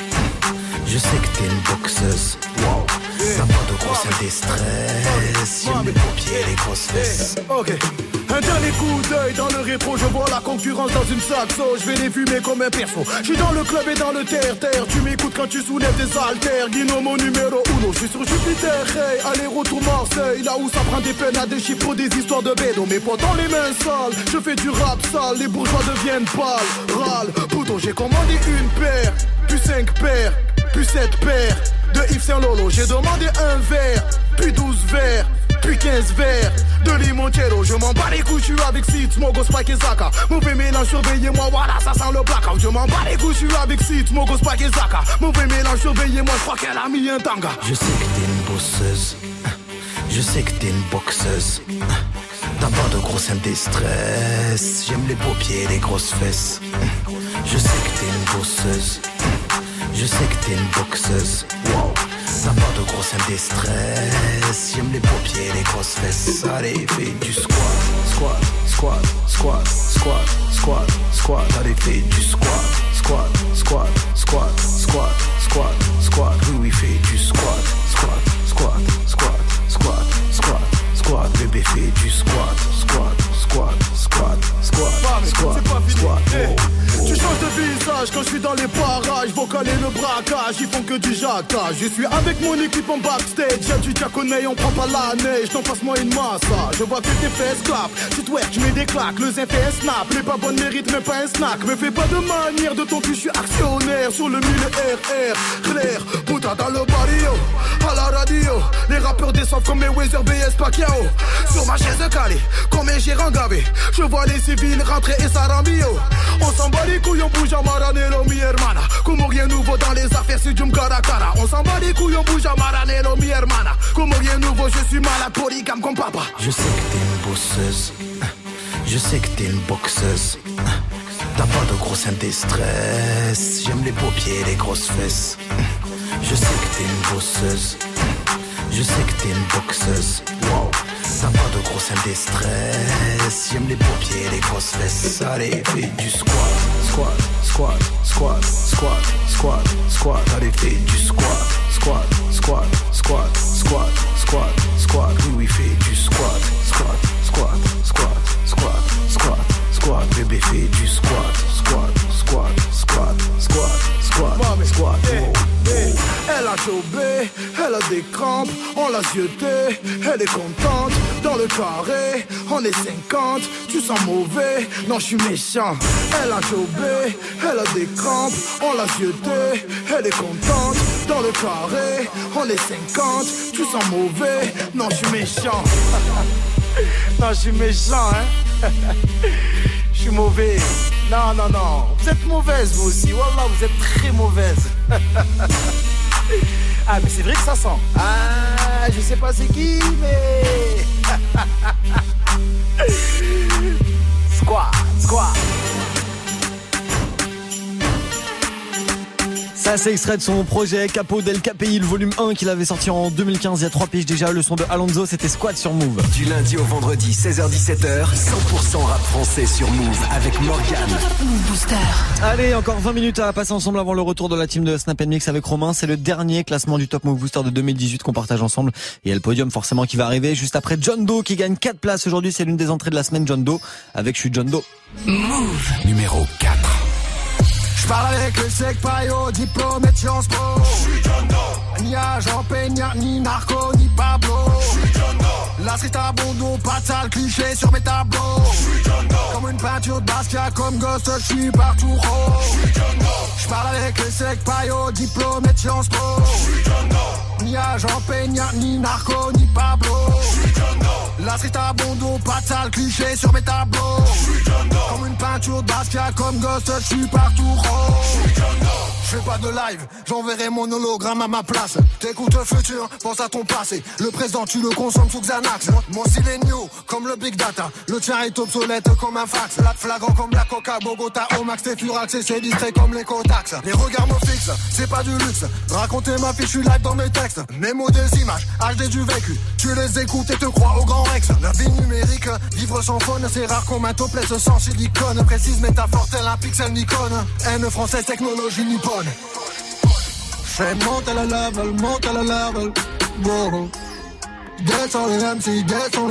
Speaker 18: Je sais que t'es une boxeuse. Wow. T'as pas de gros seins des stress. J'aime les beaux pieds et les grosses fesses.
Speaker 19: Ok. Un dernier coup d'œil dans le rétro, je vois la concurrence dans une saxo. Je vais les fumer comme un perso. Je suis dans le club et dans le terre-terre. Tu m'écoutes quand tu soulèves des haltères. Guino mon numéro 1. Je suis sur Jupiter, hey. Aller-retour Marseille. Là où ça prend des peines à des chiffres pour des histoires de bédo. Mais pas dans les mains sales. Je fais du rap sale. Les bourgeois deviennent pâles. Râle. Pouton, j'ai commandé une paire. Puis 5 paires. Puis 7 paires. De Yves Saint Lolo. J'ai demandé un verre. Puis 12 verres. Puis 15 verres de limoncello. Je m'en bats les couilles, je suis avec Sid, Smogo, Spike et Zaka. Mauvais mélange, surveillez-moi, voilà, ça sent le blackout. Je m'en bats les couilles, je suis avec Sid, Smogo, Spike et Zaka. Mauvais mélange, surveillez-moi, je crois qu'elle a mis un tanga.
Speaker 18: Je sais que t'es une bosseuse. Je sais que t'es une boxeuse. T'as pas de gros seins des stress. J'aime les beaux pieds et les grosses fesses. Je sais que t'es une bosseuse. Je sais que t'es une boxeuse. Wow. T'as pas de gros seins des stress. J'aime les beaux pieds et les grosses fesses. Allez, fais du squat, squat, squat, squat, squat, squat, squat. Allez, fais du squat, squat, squat, squat, squat, squat, squat. Oui, fais du squat, squat, squat, squat, squat, squat, squat. Bébé, fais du squat, squat, squat, squat, squat, squat, squat.
Speaker 19: Tu changes de visage quand je suis dans les parages. Vocal et le braquage, ils font que du jactage. Je suis avec mon équipe en backstage. Y'a du diaconé, on prend pas la neige. T'en passe-moi une massage. Je vois que tes fesses clap. Tu twerk, tu mets des claques. Le zin fait un snap. Les babonnes méritent même pas un snack. Me fais pas de manière de ton cul, je suis actionnaire. Sur le 1000 RR, clair. Putain dans le barrio, à la radio. Les rappeurs descendent comme mes Weezer BS Pacquiao. Sur ma chaise calée, comme un gérant gavé. Je vois les civils rentrer et Sarambio. On s'en bat les couilles, on bouge à Maranello, mi hermana. Comme rien nouveau dans les affaires, c'est du cara cara. On s'en bat les couilles, on bouge à Maranello, mi hermana. Comme rien nouveau, je suis malade, polygame comme papa.
Speaker 18: Je sais que t'es une bosseuse. Je sais que t'es une boxeuse. T'as pas de gros seins des stress. J'aime les beaux pieds et les grosses fesses. Je sais que t'es une bosseuse. Je sais que t'es une boxeuse. Wow. T'as pas de gros seins des stress. J'aime les beaux pieds et les grosses fesses. Allez, fais du squat, squat, squat, squat, squat, squat, squat. Allez, fais du squat, squat, squat, squat, squat, squat, squat. Oui, fais du squat, squat, squat, squat, squat, squat, squat. Bébé, fais du squat, squat, squat, squat, squat, squat, squat.
Speaker 19: Elle a jobé, elle a des crampes, on l'a zioté, elle est contente, dans le carré, on est 50, tu sens mauvais, non je suis méchant. Elle a jobé, elle a des crampes, on l'a zioté, elle est contente, dans le carré, on est 50, tu sens mauvais, non je suis méchant. Non je suis méchant hein. Je suis mauvais. Non, non, non. Vous êtes mauvaise, vous aussi. Wallah, vous êtes très mauvaise. Ah, mais c'est vrai que ça sent. Ah, je sais pas c'est qui, mais... Squat, squat.
Speaker 2: Ça, c'est extrait de son projet Capo del KPI, le volume 1 qu'il avait sorti en 2015, il y a 3 piges déjà. Le son de Alonso, c'était Squat sur Move.
Speaker 1: Du lundi au vendredi, 16h-17h, 100% rap français sur Move avec Morgane.
Speaker 2: Allez, encore 20 minutes à passer ensemble avant le retour de la team de Snap & Mix avec Romain. C'est le dernier classement du Top Move Booster de 2018 qu'on partage ensemble. Et il y a le podium forcément qui va arriver juste après John Doe qui gagne 4 places. Aujourd'hui, c'est l'une des entrées de la semaine, John Doe, avec Je suis John Doe.
Speaker 1: Move numéro 4.
Speaker 19: J'parle avec le sec paillot, diplôme et Sciences Po. J'suis John Doe. Ni agent Peña, ni narco, ni Pablo. J'suis John Doe. La street à bon dos, pas de sale cliché sur mes tableaux. J'suis John Doe. Comme une peinture de Basquiat, comme Ghost, j'suis partout rose. J'suis John Doe. J'parle avec le sec paillot, diplôme et Sciences Po. J'suis John Doe. Ni agent Peña, ni narco, ni Pablo. J'suis John Doe. La street à bon dos, pas de sale cliché sur mes tableaux. J'suis John Doe. Comme une peinture de Basquiat, comme Ghost, j'suis partout rose. Je fais pas de live, j'enverrai mon hologramme à ma place. T'écoutes le futur, pense à ton passé. Le présent tu le consommes sous Xanax. Mon style est new, comme le big data. Le tien est obsolète comme un fax. La flagrant comme la coca, Bogota, au max. T'es furax et c'est distrait comme les Kotax. Les regards me fixent, c'est pas du luxe. Raconter ma vie, je suis live dans mes textes. Mes mots des images, HD du vécu. Tu les écoutes et te crois au grand Rex. La vie numérique, vivre sans phone, c'est rare qu'on m'intoplesse sans silicone. Précise métaphore tel un pixel Nikon. Haine française, technologie nippone. Fais monte à la level, wow. Dead sur les MC,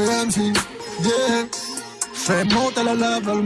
Speaker 19: yeah. Fais monte à la level,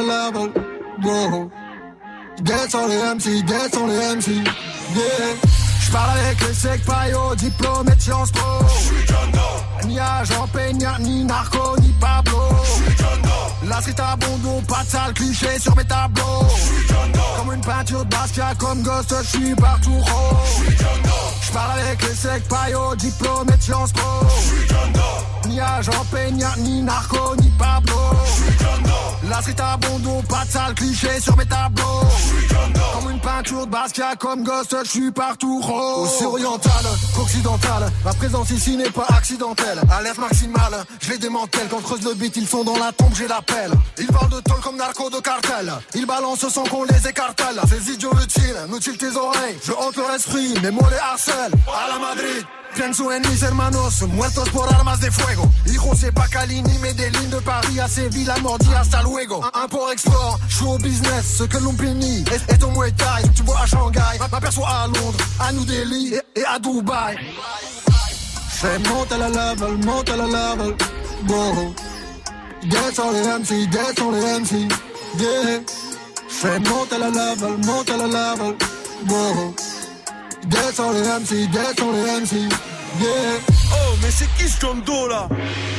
Speaker 19: wow. Dead sur les MC, yeah. J'parle avec les sec paillot, diplôme et Sciences Po. J'suis John Doe. Ni agent Peña, ni narco, ni Pablo. J'suis John Doe. La street à bon dos, pas de sale cliché sur mes tableaux. J'suis John Doe. Comme une peinture de Basquiat, comme Ghost, j'suis partout rose. J'suis John Doe. J'parle avec les sec paillot, diplôme et Sciences Po. J'suis John Doe. Ni agent Peña, ni narco, ni Pablo. J'suis John Doe. La street à bon dos, pas de sale cliché sur mes tableaux. J'suis John Doe. Comme une peinture de Basquiat, comme Ghost, j'suis partout rose. Aussi orientale qu'occidentale, ma présence ici n'est pas accidentelle. Alerte maximale, je les démantèle. Quand creuse le beat, ils sont dans la tombe, j'ai l'appel. Ils parlent de tôle comme narco de cartel. Ils balancent sans qu'on les écartèle. Ces idiots mutilent tes oreilles. Je hante leur esprit, mes mots les harcèlent. A la Madrid, pienso en mis hermanos, muertos por armas de fuego. Hijo, c'est pas Calini, mais des lignes de Paris à Séville, à Mordi, hasta luego. Import-export, je suis au business, ce que l'on pénit est au Muay Thai. Tu vois à Shanghai, m'aperçois à Londres, à New Delhi et à Dubaï. Fais monte à la level, wow. Dead sur les MC, yeah. Fais monte à la level, wow. Dead sur les MC, yeah.
Speaker 5: Oh, mais c'est qui ce John Doe là?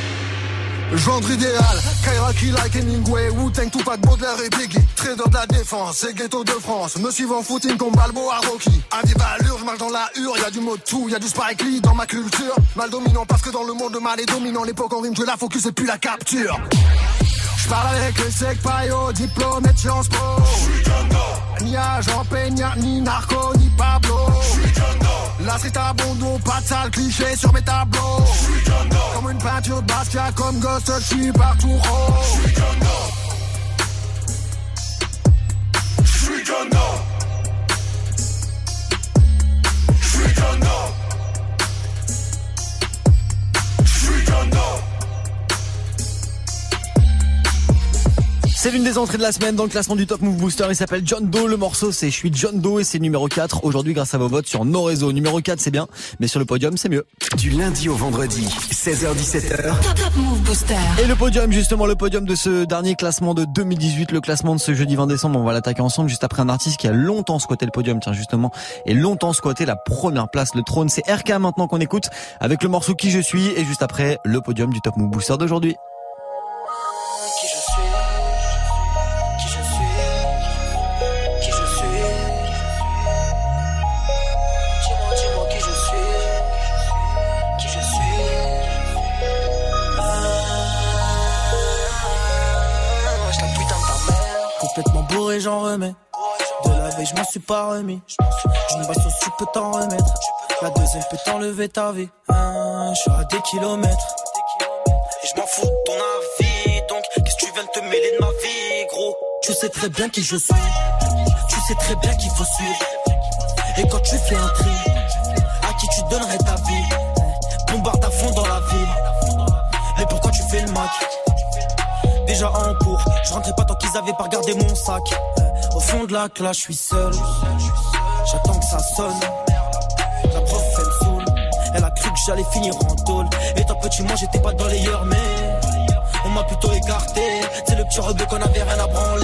Speaker 19: Gendre idéal, Kairaki like Hemingway, Wu-Tang, Tupac, Baudelaire et Biggie. Trader de la défense, c'est ghetto de France. Me suivant footing comme Balboa, Rocky. À vive allure, je marche dans la hure, y'a du mot de tout, y'a du Spike Lee dans ma culture. Mal dominant parce que dans le monde le mal est dominant. L'époque en rime, je la focus et puis la capture. J'parle avec les sec paillot, diplôme et Sciences Po. J'suis John Doe. Ni agent Peña, ni narco, ni Pablo. J'suis John Doe. La street à bon dos, pas de sale cliché sur mes tableaux. J'suis John Doe. Comme une peinture de Basquiat, comme Ghost, j'suis partout rose. J'suis John Doe. J'suis John Doe. J'suis John Doe. J'suis John Doe.
Speaker 2: C'est l'une des entrées de la semaine dans le classement du Top Move Booster. Il s'appelle John Doe. Le morceau, c'est Je suis John Doe et c'est numéro 4. Aujourd'hui, grâce à vos votes sur nos réseaux. Numéro 4, c'est bien, mais sur le podium, c'est mieux.
Speaker 1: Du lundi au vendredi, 16h-17h.
Speaker 3: Top Move Booster.
Speaker 2: Et le podium, justement, le podium de ce dernier classement de 2018, le classement de ce jeudi 20 décembre. On va l'attaquer ensemble juste après un artiste qui a longtemps squatté le podium, tiens, justement, et longtemps squatté la première place, le trône. C'est RK maintenant qu'on écoute avec le morceau Qui je suis et juste après, le podium du Top Move Booster d'aujourd'hui.
Speaker 20: Complètement bourré, j'en remets. De la veille, je m'en suis pas remis. Une boisson, tu peux t'en remettre. La deuxième peut t'enlever ta vie. Je suis à des kilomètres. Et je m'en fous de ton avis. Donc, qu'est-ce que tu viens de te mêler de ma vie, gros? Tu sais très bien qui je suis. Tu sais très bien qu'il faut suivre. Et quand tu fais un tri, à qui tu donnerais ta vie? Bombarde à fond dans la ville. Mais pourquoi tu fais le Mac? Déjà en cours, je rentrais pas tant qu'ils avaient pas regardé mon sac. Au fond de la classe, je suis seul. J'attends que ça sonne. La prof elle me saoule. Elle a cru que j'allais finir en tôle. Étant petit moi j'étais pas dans les yeux, mais on m'a plutôt écarté. C'est le petit rebeu qu'on avait rien à branler.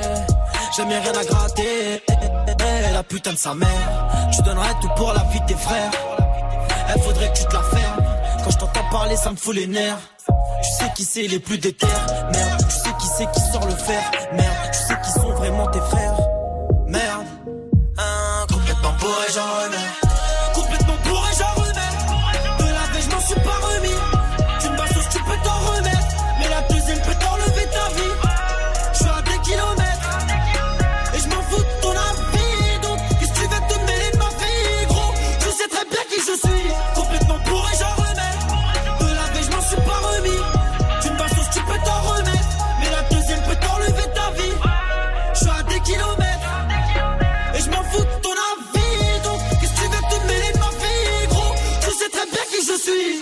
Speaker 20: Jamais rien à gratter. La putain de sa mère. Tu donnerais tout pour la vie de tes frères. Elle faudrait que tu te la fermes. Quand je t'entends parler ça me fout les nerfs. Tu sais qui c'est les plus déter. Merde, tu sais qui c'est qui sort le fer. Merde, tu sais qui sont vraiment tes frères. Merde, complètement bourré j'en remets. Complètement bourré j'en remets. De la veille je m'en suis pas remis. Tu me basses tu peux t'en remettre. Mais la deuxième peut t'enlever ta vie. Je suis à des kilomètres. Et je m'en fous de ton avis. Donc qu'est-ce que tu veux te mêler de ma vie gros? Tu sais très bien qui je suis. Complètement bourré j'en remets. De la veille je m'en suis pas remis. Tu me basses tu peux t'en remettre. Mais la deuxième peut t'enlever ta vie. Je suis à des kilomètres. Et je m'en fous de ton avis. Donc qu'est-ce que tu veux te mêler de ma vie gros? Tu sais très bien qui je suis.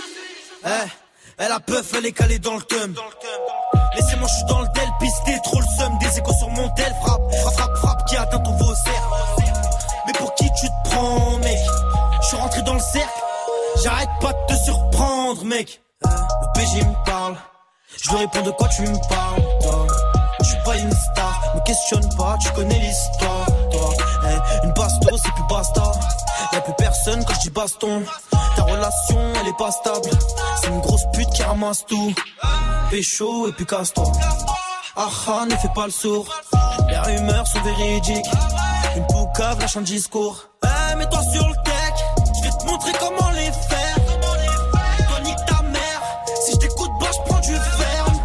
Speaker 20: Elle a peuf, elle est calée dans le thum. Laissez-moi, je suis dans le tel, pisté, trop le seum. Des échos sur mon tel, frappe qui atteint ton faussaire. Mais pour qui tu te prends, mec? Je suis rentré dans le cercle, j'arrête pas de te surprendre, mec. Le PG me parle, je lui réponds de quoi tu me parles, toi. Je suis pas une star, me questionne pas, tu connais l'histoire, toi. Une basto, c'est plus basta. Y'a plus personne quand je dis baston. Ta relation, elle est pas stable. C'est une grosse pute qui ramasse tout. Pécho et puis casse-toi. Ah, ne fais pas le sourd. Les rumeurs sont véridiques. Une poucave lâche un discours. Mets-toi sur le tech, je vais te montrer comment les faire. Toi nique ta mère. Si je t'écoute, bah je prends du ferme.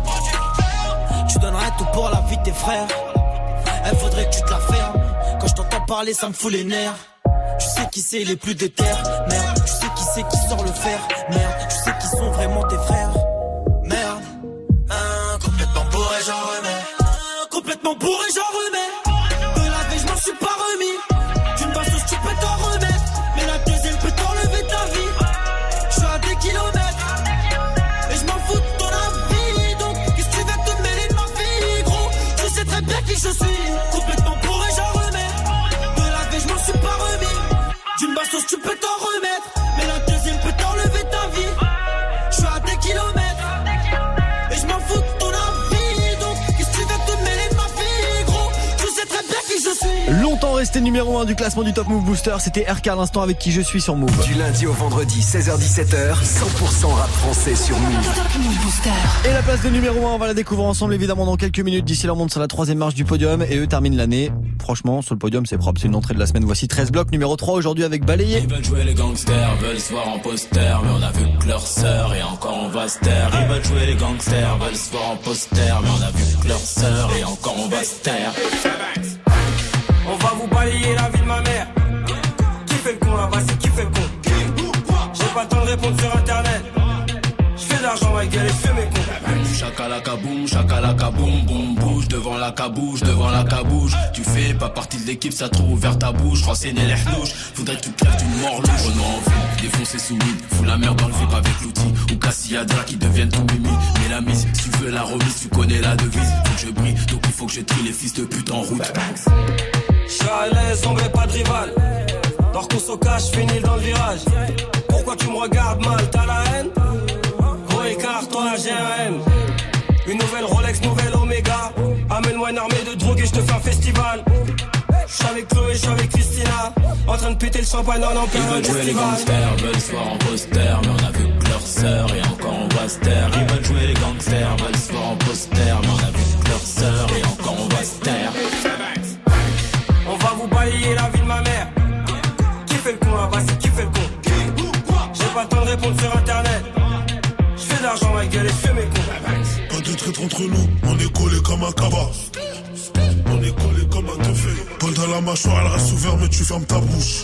Speaker 20: Tu donnerais tout pour la vie de tes frères. Elle faudrait que tu te la fermes. Quand je t'entends parler, ça me fout les nerfs. Tu sais qui c'est les plus déter. Merde, tu sais qui c'est qui sort le fer. Merde, tu sais qui sont vraiment tes frères. Merde, complètement bourré j'en remets. Complètement bourré j'en remets. De la veille je m'en suis pas remis. Tu me basses tu peux t'en remettre. Mais la deuxième peut t'enlever ta vie. Je suis à des kilomètres. Et je m'en fous de ton avis. Donc qu'est-ce que tu veux te mêler de ma vie gros? Tu sais très bien qui je suis. Complètement bourré j'en remets. De la veille je m'en suis pas remis. D'une bastos tu peux t'en remettre. Mais la deuxième peut t'enlever ta vie. Je suis à des kilomètres. Et je m'en fous de ton avis. Donc qu'est-ce que tu veux te mêler de ma vie gros? Tu sais très bien qui je suis.
Speaker 2: Longtemps resté numéro 1 du classement du Top Move Booster. C'était RK à l'instant avec qui je suis sur Move.
Speaker 1: Du lundi au vendredi 16h-17h 100% rap français sur Move.
Speaker 3: Top Move Booster.
Speaker 2: Et la place de numéro 1 on va la découvrir ensemble évidemment dans quelques minutes. D'ici là on monte sur la 3e marche du podium. Et eux terminent l'année. Franchement sur le podium c'est propre. C'est une entrée de la semaine. Voici 13 blocs numéro 3 aujourd'hui avec Balayé.
Speaker 21: Ils veulent jouer les gangsters, veulent se voir en poster. Mais on a vu que leur sœur et encore on va se taire. Ils veulent jouer les gangsters, veulent se voir en poster. Mais on a vu que leur sœur et encore on va se taire.
Speaker 4: On va vous balayer la vie de ma mère. Qui fait le con là-bas, c'est qui fait le con? J'ai pas le temps de répondre sur internet. J'fais de l'argent ma gueule et j'fais mes cons.
Speaker 21: Chakalaka boum boum. Bouge devant la cabouche, devant la cabouche. Tu fais pas partie de l'équipe, ça trouve ouvert ta bouche. Je crois c'est né les louches. Faudrait que tu crèves d'une mort louche. Renaud en ville, défoncé sous weed. Fous la merde dans le VIP avec l'outil. Ou Cassiadra qui deviennent ton mimi. Mais la mise, si tu veux la remise, tu connais la devise. Faut que je brille, donc il faut que je trie les fils de pute en route.
Speaker 4: J'suis à l'aise, on pas de rival. Dors qu'on se cache, finis dans le virage. Pourquoi tu me regardes mal, t'as la haine? Gros écart, toi là j'ai un M. Une nouvelle Rolex, nouvelle Omega. Amène-moi une armée de drogue et je te fais un festival. J'suis avec Chloé, j'suis avec Christina. En train de péter le champagne en plein
Speaker 21: Ils veulent jouer les gangsters, veulent se voir en poster. Mais on a vu que leur sœur et encore on va se taire. Ils veulent jouer les gangsters, veulent se voir en poster. Mais on a vu que leur sœur et encore on va se taire.
Speaker 4: On va vous balayer la vie de ma mère. Qui fait le con là-bas, c'est qui fait le con? J'ai pas le temps de répondre sur internet. J'fais de l'argent ma gueule et j'fais mes cons.
Speaker 8: Pas de traître entre nous, on est collé comme un cabas. On est collé comme un teufé. Paul dans la mâchoire, elle reste ouverte mais tu fermes ta bouche.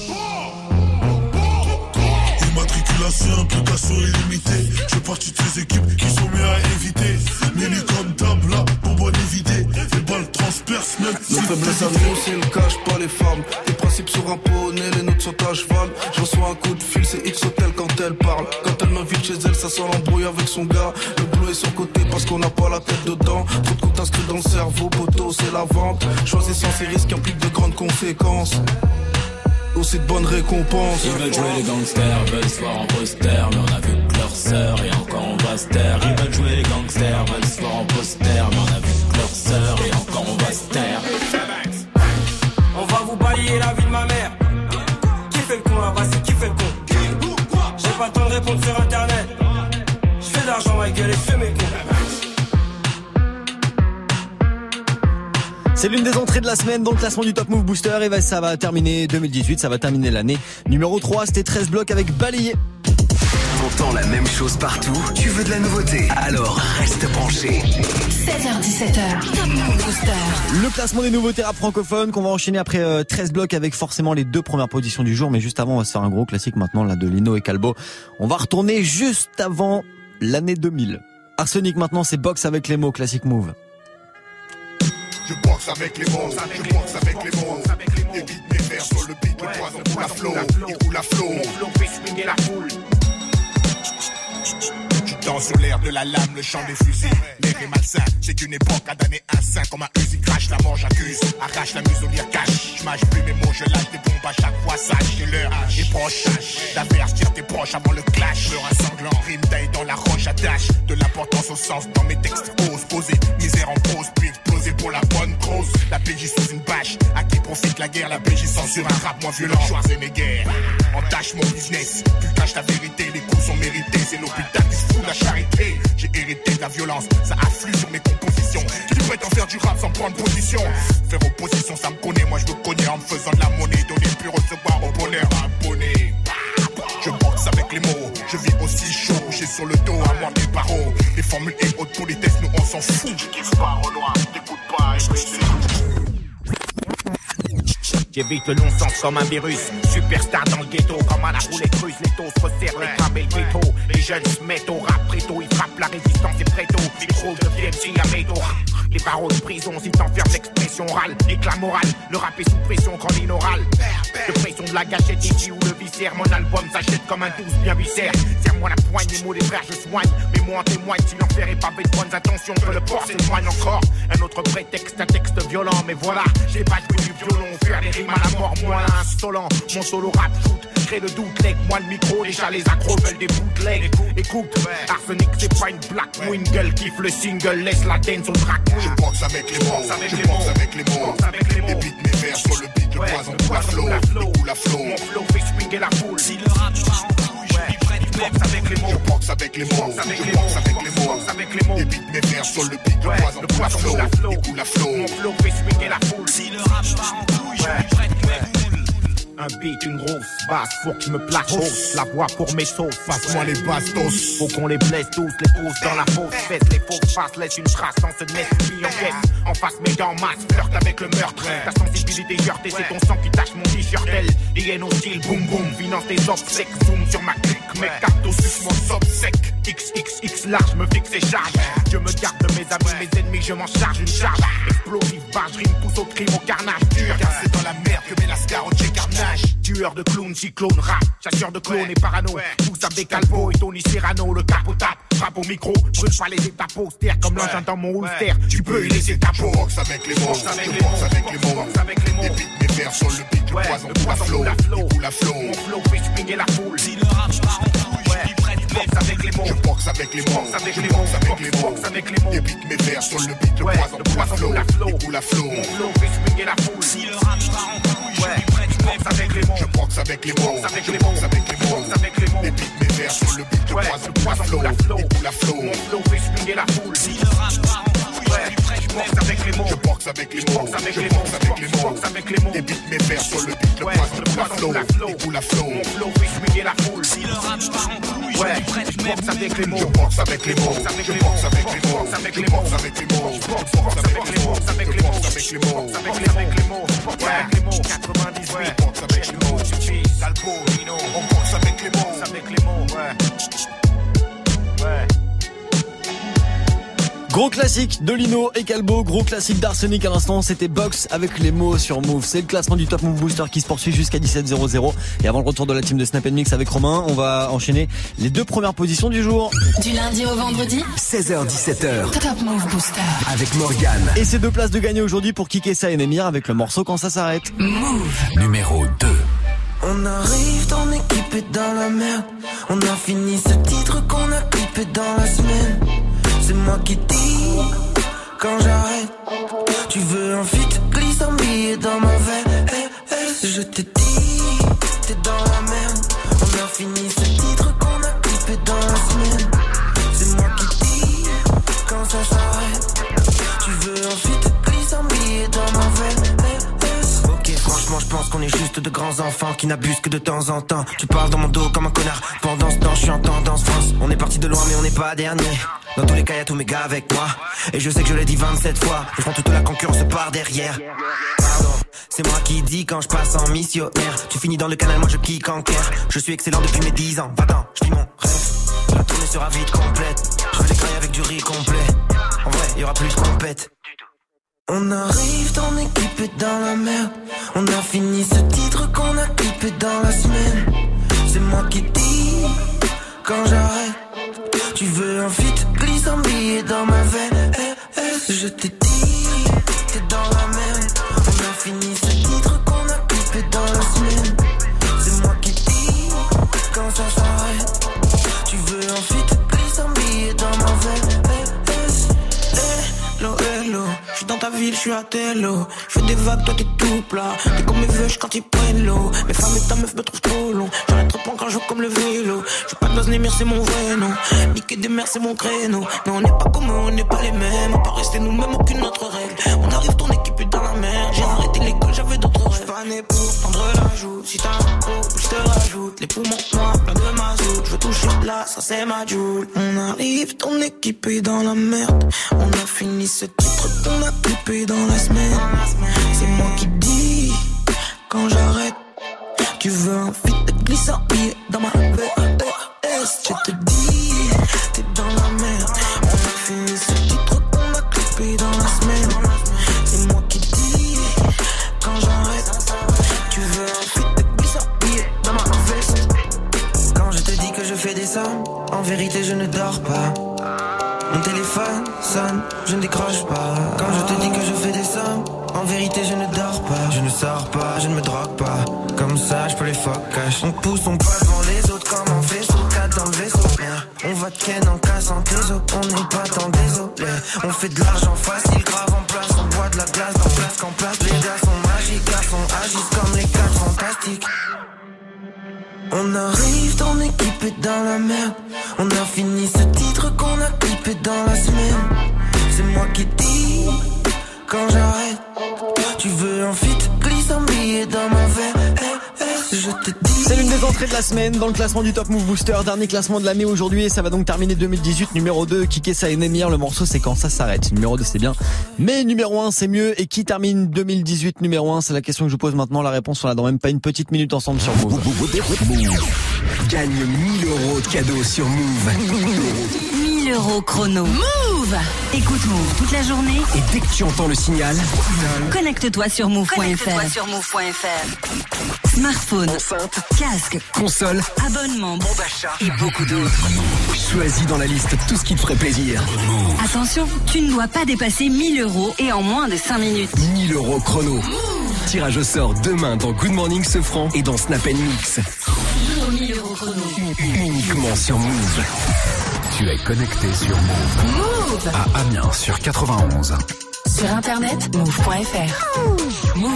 Speaker 8: Immatriculation, implication illimitée. Je fais partie de ces équipes qui sont mieux à éviter. Mini comme table là, bonbonne évidée. Les balles transpirent.
Speaker 11: personnel. Nos faiblesses à nous, c'est le cash, pas les femmes. Les principes sur un poney, les nôtres sont à cheval. Je reçois un coup de fil, c'est X Hotel quand elle parle. Quand elle m'invite chez elle, ça sent l'embrouille avec son gars. Le boulot est sur côté parce qu'on n'a pas la tête dedans. Trop de comptes inscrits dans le cerveau, poteau, c'est la vente. Choisissant ces risques qui impliquent de grandes conséquences. Aussi de bonnes récompenses.
Speaker 21: Ils veulent jouer les gangsters, veulent se voir en poster, mais on a vu que leur sœur et encore on va se taire. Ils veulent jouer les gangsters, veulent se voir en poster, mais on a vu que leur sœur et encore on va se taire.
Speaker 4: On va vous balayer la vie de ma mère. Qui fait le con là, vas-y, qui fait le con? J'ai pas le temps de répondre sur internet. J'fais de l'argent ma gueule et j'fais mes cons.
Speaker 2: C'est l'une des entrées de la semaine dans le classement du Top Move Booster et ça va terminer 2018, ça va terminer l'année. Numéro 3, c'était 13 blocs avec Balayé.
Speaker 1: T'entends la même chose partout, tu veux de la nouveauté, alors reste branché.
Speaker 3: 16h-17h, Top Move Booster.
Speaker 2: Le classement des nouveautés rap francophones qu'on va enchaîner après 13 blocs avec forcément les 2 premières positions du jour. Mais juste avant, on va se faire un gros classique maintenant là de Lino et Calbo. On va retourner juste avant l'année 2000. Arsenic maintenant, c'est Box avec les mots, classique Move.
Speaker 6: Je boxe avec les mots, je boxe avec les mots. Évite mes vers sur le beat, le poison coule à flot, il coule à flot. Mon flow fait swinguer la foule. Tu danses sur l'air de la lame, le chant des fusils. L'air est malsain, c'est qu'une époque à damner un saint. Comme un Uzi crash, la mort j'accuse. Arrache la muselière cache. J'mâche plus mes mots, je lâche des bombes à chaque fois. Sache, j'ai l'heure, les proches. D'avertir tes proches avant le clash. Fleur à sanglant, rime taille dans la roche attache. De l'importance au sens dans mes textes. Ose poser, misère en pause, puis exploser pour la bonne cause. La PJ sous une bâche, à qui profite la guerre. La PJ censure un rap moins violent. Schwarzenegger, entache mon business. Tu caches la vérité, les coups sont mérités. C'est l'hôpital qui se fout de la charité. J'ai hérité de la violence, ça afflue sur mes compositions. Tu prétends faire du rap sans prendre position. Faire opposition, ça me connaît, moi je me connais en me faisant de la monnaie. Donner puis recevoir au bonheur abonné. Je boxe avec les mots, je vis aussi chaud. J'ai sur le dos à moi des barreaux. Les formules et haute politesse, nous on s'en fout. Tu kiffes pas au noir, t'écoutes pas et
Speaker 22: J'évite le non-sens comme un virus. Superstar dans le ghetto, comme à la roulette russe. Les taux se resserrent, les crabes et le ghetto. Les jeunes se mettent au rap préto. Ils frappent la résistance et préto. Micro de TMC à Médo. Les barreaux de prison, si t'enfermes l'expression orale. Éclat moral, le rap est sous pression quand l'inoral. De pression de la gâchette ici ou le viscère. Mon album s'achète comme un 12 bien viscère. Serre-moi la poigne, les mots des frères je soigne. Mais moi en témoigne, si l'enfer est pavé de bonnes intentions, que le port s'éloigne encore. Un autre prétexte, un texte violent. Mais voilà, j'ai pas joué du violon. Faire des rimes à la mort, moi là insolent. Mon solo rap shoot, crée le doute, leg, moi le micro. Déjà les accros veulent des bootlegs. Écoute, Arsenic c'est pas une black wingle. Kiffe le single, laisse la dance au track.
Speaker 6: Je boxe avec les mots, je boxe avec les mots. Évite mes vers sur le beat, le poison coule à flot, il coule à flot.
Speaker 22: Mon flow fait swinguer la foule. Si le rap part en couille, je suis prêt, je boxe avec les mots.
Speaker 6: Je boxe avec les mots, je boxe avec les mots. Évite mes vers sur le beat, le poison coule à flot, il coule à flot.
Speaker 22: Mon flow fait swinguer la foule. Si le rap part en couille, je suis prêt, un beat, une grosse basse, faut que je me place hausse. La voix pour mes sauces,
Speaker 6: passe-moi les bastos.
Speaker 22: Faut qu'on les blesse tous, les poses dans la fausse fesse. Les fausses faces laissent une trace dans ce nest mis en caisse. En face, méga en masse, flirte avec le meurtre. Ta sensibilité heurtée, c'est ton sang qui tache mon t-shirt. Elle, hyène hostile, boum boum, finance tes obsèques. Zoom sur ma clique, mes cartes suce mon sob sec. XXX large, me fixe et charge. Je me garde de mes amis, mes ennemis, je m'en charge une charge. Explosive, barge, rime, pousse au crime, au carnage. Dur, car c'est dans la merde que met la scar au carnage. Tueur de clowns, cyclone, rap, chasseur de clones et parano. Tout ça des calpos et Tony Serrano, le capot tape, frappe au micro, brûle pas les étapes austères comme l'engin dans mon holster. Tu peux y laisser ta peau.
Speaker 6: Je boxe avec les mots, je boxe avec les mots. Évite mes vers sur le beat, le poison coule à flot,
Speaker 22: Mon flow fait swinguer la foule.
Speaker 6: Si le rap part en couille, je suis prêt, je boxe avec les mots. Je boxe avec les mots, je boxe avec les mots. Évite mes vers sur le beat, le poison coule à flot,
Speaker 22: Mon flow fait swinguer la foule.
Speaker 6: Si le rap part en couille, je suis prêt, je boxe avec les mots. Je boxe avec les mots, je boxe avec les mots. Évite mes vers sur le beat, le poison coule à flot,
Speaker 22: Mon flow fait swinguer la foule.
Speaker 6: Si le rap part en couille, je suis prêt, je boxe avec les mots. Je boxe avec les mots,
Speaker 22: je avec les mots.
Speaker 6: Évite mes vers sur le beat, le poison coule à flot,
Speaker 22: Mon flow fait swinguer la foule.
Speaker 6: Si le rap part en couille, je suis prêt, je
Speaker 22: boxe avec les mots.
Speaker 6: Je boxe avec les mots, je boxe avec les mots. Je boxe avec les mots,
Speaker 22: avec les mots.
Speaker 6: 98, boxe avec les mots. Calpo, Nino, on boxe avec les mots.
Speaker 22: Avec les mots,
Speaker 2: Gros Gros classique de Lino et Calbo, gros classique d'Arsenic à l'instant, c'était Box avec les mots sur Move. C'est le classement du Top Move Booster qui se poursuit jusqu'à 17h00. Et avant le retour de la team de Snap & Mix avec Romain, on va enchaîner les 2 premières positions du jour.
Speaker 3: Du lundi au vendredi,
Speaker 1: 16h-17h.
Speaker 3: Top Move Booster.
Speaker 1: Avec Morgane.
Speaker 2: Et ces 2 places de gagner aujourd'hui pour Kikessa et Nemir avec le morceau Quand ça s'arrête.
Speaker 3: Move.
Speaker 1: Numéro 2.
Speaker 7: On arrive dans l'équipe et dans la merde. On a fini ce titre qu'on a clippé dans la semaine. C'est moi qui dis quand j'arrête. Tu veux un feat, glisse un billet dans ma veine. Je te dis, t'es dans la merde. On a fini ce titre qu'on a clippé dans la semaine. C'est moi qui dis quand ça s'arrête. Tu veux un feat, glisse un billet dans ma veine. Ok, franchement, je pense qu'on est juste de grands enfants qui n'abusent que de temps en temps. Tu parles dans mon dos comme un connard. Pendant ce temps, je suis en tendance France. On est parti de loin, mais on n'est pas dernier. Dans tous les cas, y'a tous mes gars avec moi. Et je sais que je l'ai dit 27 fois. Je prends toute la concurrence par derrière. Pardon, c'est moi qui dis quand je passe en missionnaire. Tu finis dans le canal, moi je kick en clair. Je suis excellent depuis mes 10 ans. Va-t'en, je vis mon rêve. La tournée sera vite complète. Je fais des grailles avec du riz complet. En vrai, y'aura plus de compète. On arrive dans l'équipe et dans la merde. On a fini ce titre qu'on a clippé dans la semaine. C'est moi qui dis quand j'arrête. Tu veux un feat, glisse un billet dans ma veine. Je te dis, t'es dans la merde. On a fini ce titre qu'on a clippé dans la semaine. C'est moi qui dis quand ça s'arrête. Tu veux un feat, glisse un billet dans ma veine. Hello, hello, j'suis dans ta ville, j'suis à Tello. J'fais des vagues, toi t'es tout plat. T'es comme mes vœux, quand ils prennent l'eau. Mes femmes et ta meuf me trouvent trop long. J'arrête de prendre un jour comme le vélo. J'suis pas de l'os, Nemir, c'est mon vrai nom. Niquer des mers, c'est mon créneau. Mais on n'est pas comme eux, on n'est pas les mêmes. On peut rester nous-mêmes, aucune autre règle. On arrive, ton équipe est dans la mer. J'ai arrêté l'école, j'avais d'autres rêves. J'suis pas né pour prendre la joue. Si t'as un gros, j'te rajoute. Les poumons noirs, plein de mazout. J'veux toucher là, ça c'est ma joule. On arrive, ton équipe est dans la merde. On a fini ce titre qu'on a clippé dans la semaine. C'est moi qui dis quand j'arrête. Tu veux un feat de glisse un billet dans ma veste. Je te dis, t'es dans la merde. On a fini ce titre qu'on a clippé dans la semaine. C'est moi qui dis quand j'arrête. Tu veux un feat de glisse un billet dans ma veste. Quand je te dis que je fais des sommes, en vérité je ne dors pas. Mon téléphone sonne, je ne décroche pas. Quand je te dis que je fais des sommes, en vérité je ne dors pas. Je ne sors pas, je ne me drogue pas. Comme ça je peux les focages. On pousse, on passe devant les autres comme en vaisseau. 4 dans le vaisseau, on va de ken en cassant tes os. On n'est pas tant désolé. On fait de l'argent facile, grave en place. On boit de la glace dans place qu'en place. Les gars sont magiques, garçons agissent comme les 4 fantastiques. On arrive dans l'équipe et dans la merde. On a fini ce titre qu'on a clippé dans la semaine. C'est moi qui dis quand j'arrête. Tu veux un feat, glisse un billet dans ma veine. Je te dis.
Speaker 2: C'est l'une des entrées de la semaine dans le classement du Top Move Booster. Dernier classement de l'année aujourd'hui et ça va donc terminer 2018. Numéro 2, Kikessa et Nemir. Le morceau c'est Quand ça s'arrête. Numéro 2 c'est bien, mais numéro 1 c'est mieux. Et qui termine 2018 numéro 1? C'est la question que je vous pose maintenant. La réponse on l'a dans même pas une petite minute ensemble sur Move.
Speaker 1: Gagne 1000 € de cadeaux sur Move.
Speaker 3: 1000 € chrono. Move. Écoute Move toute la journée.
Speaker 1: Et dès que tu entends le signal,
Speaker 3: connecte-toi sur move.fr. Smartphone,
Speaker 1: enceinte,
Speaker 3: casque,
Speaker 1: console,
Speaker 3: abonnement,
Speaker 1: bon d'achat
Speaker 3: et beaucoup d'autres.
Speaker 1: Choisis dans la liste tout ce qui te ferait plaisir.
Speaker 3: Attention, tu ne dois pas dépasser 1000 € et en moins de 5 minutes.
Speaker 1: 1000 € chrono. Tirage au sort demain dans Good Morning Sofran et dans Snap & Mix.
Speaker 3: 1000 € chrono.
Speaker 1: Uniquement sur Move.
Speaker 9: Tu es connecté sur Move.
Speaker 3: Move.
Speaker 9: À Amiens sur 91.
Speaker 3: Sur internet, move.fr. Move.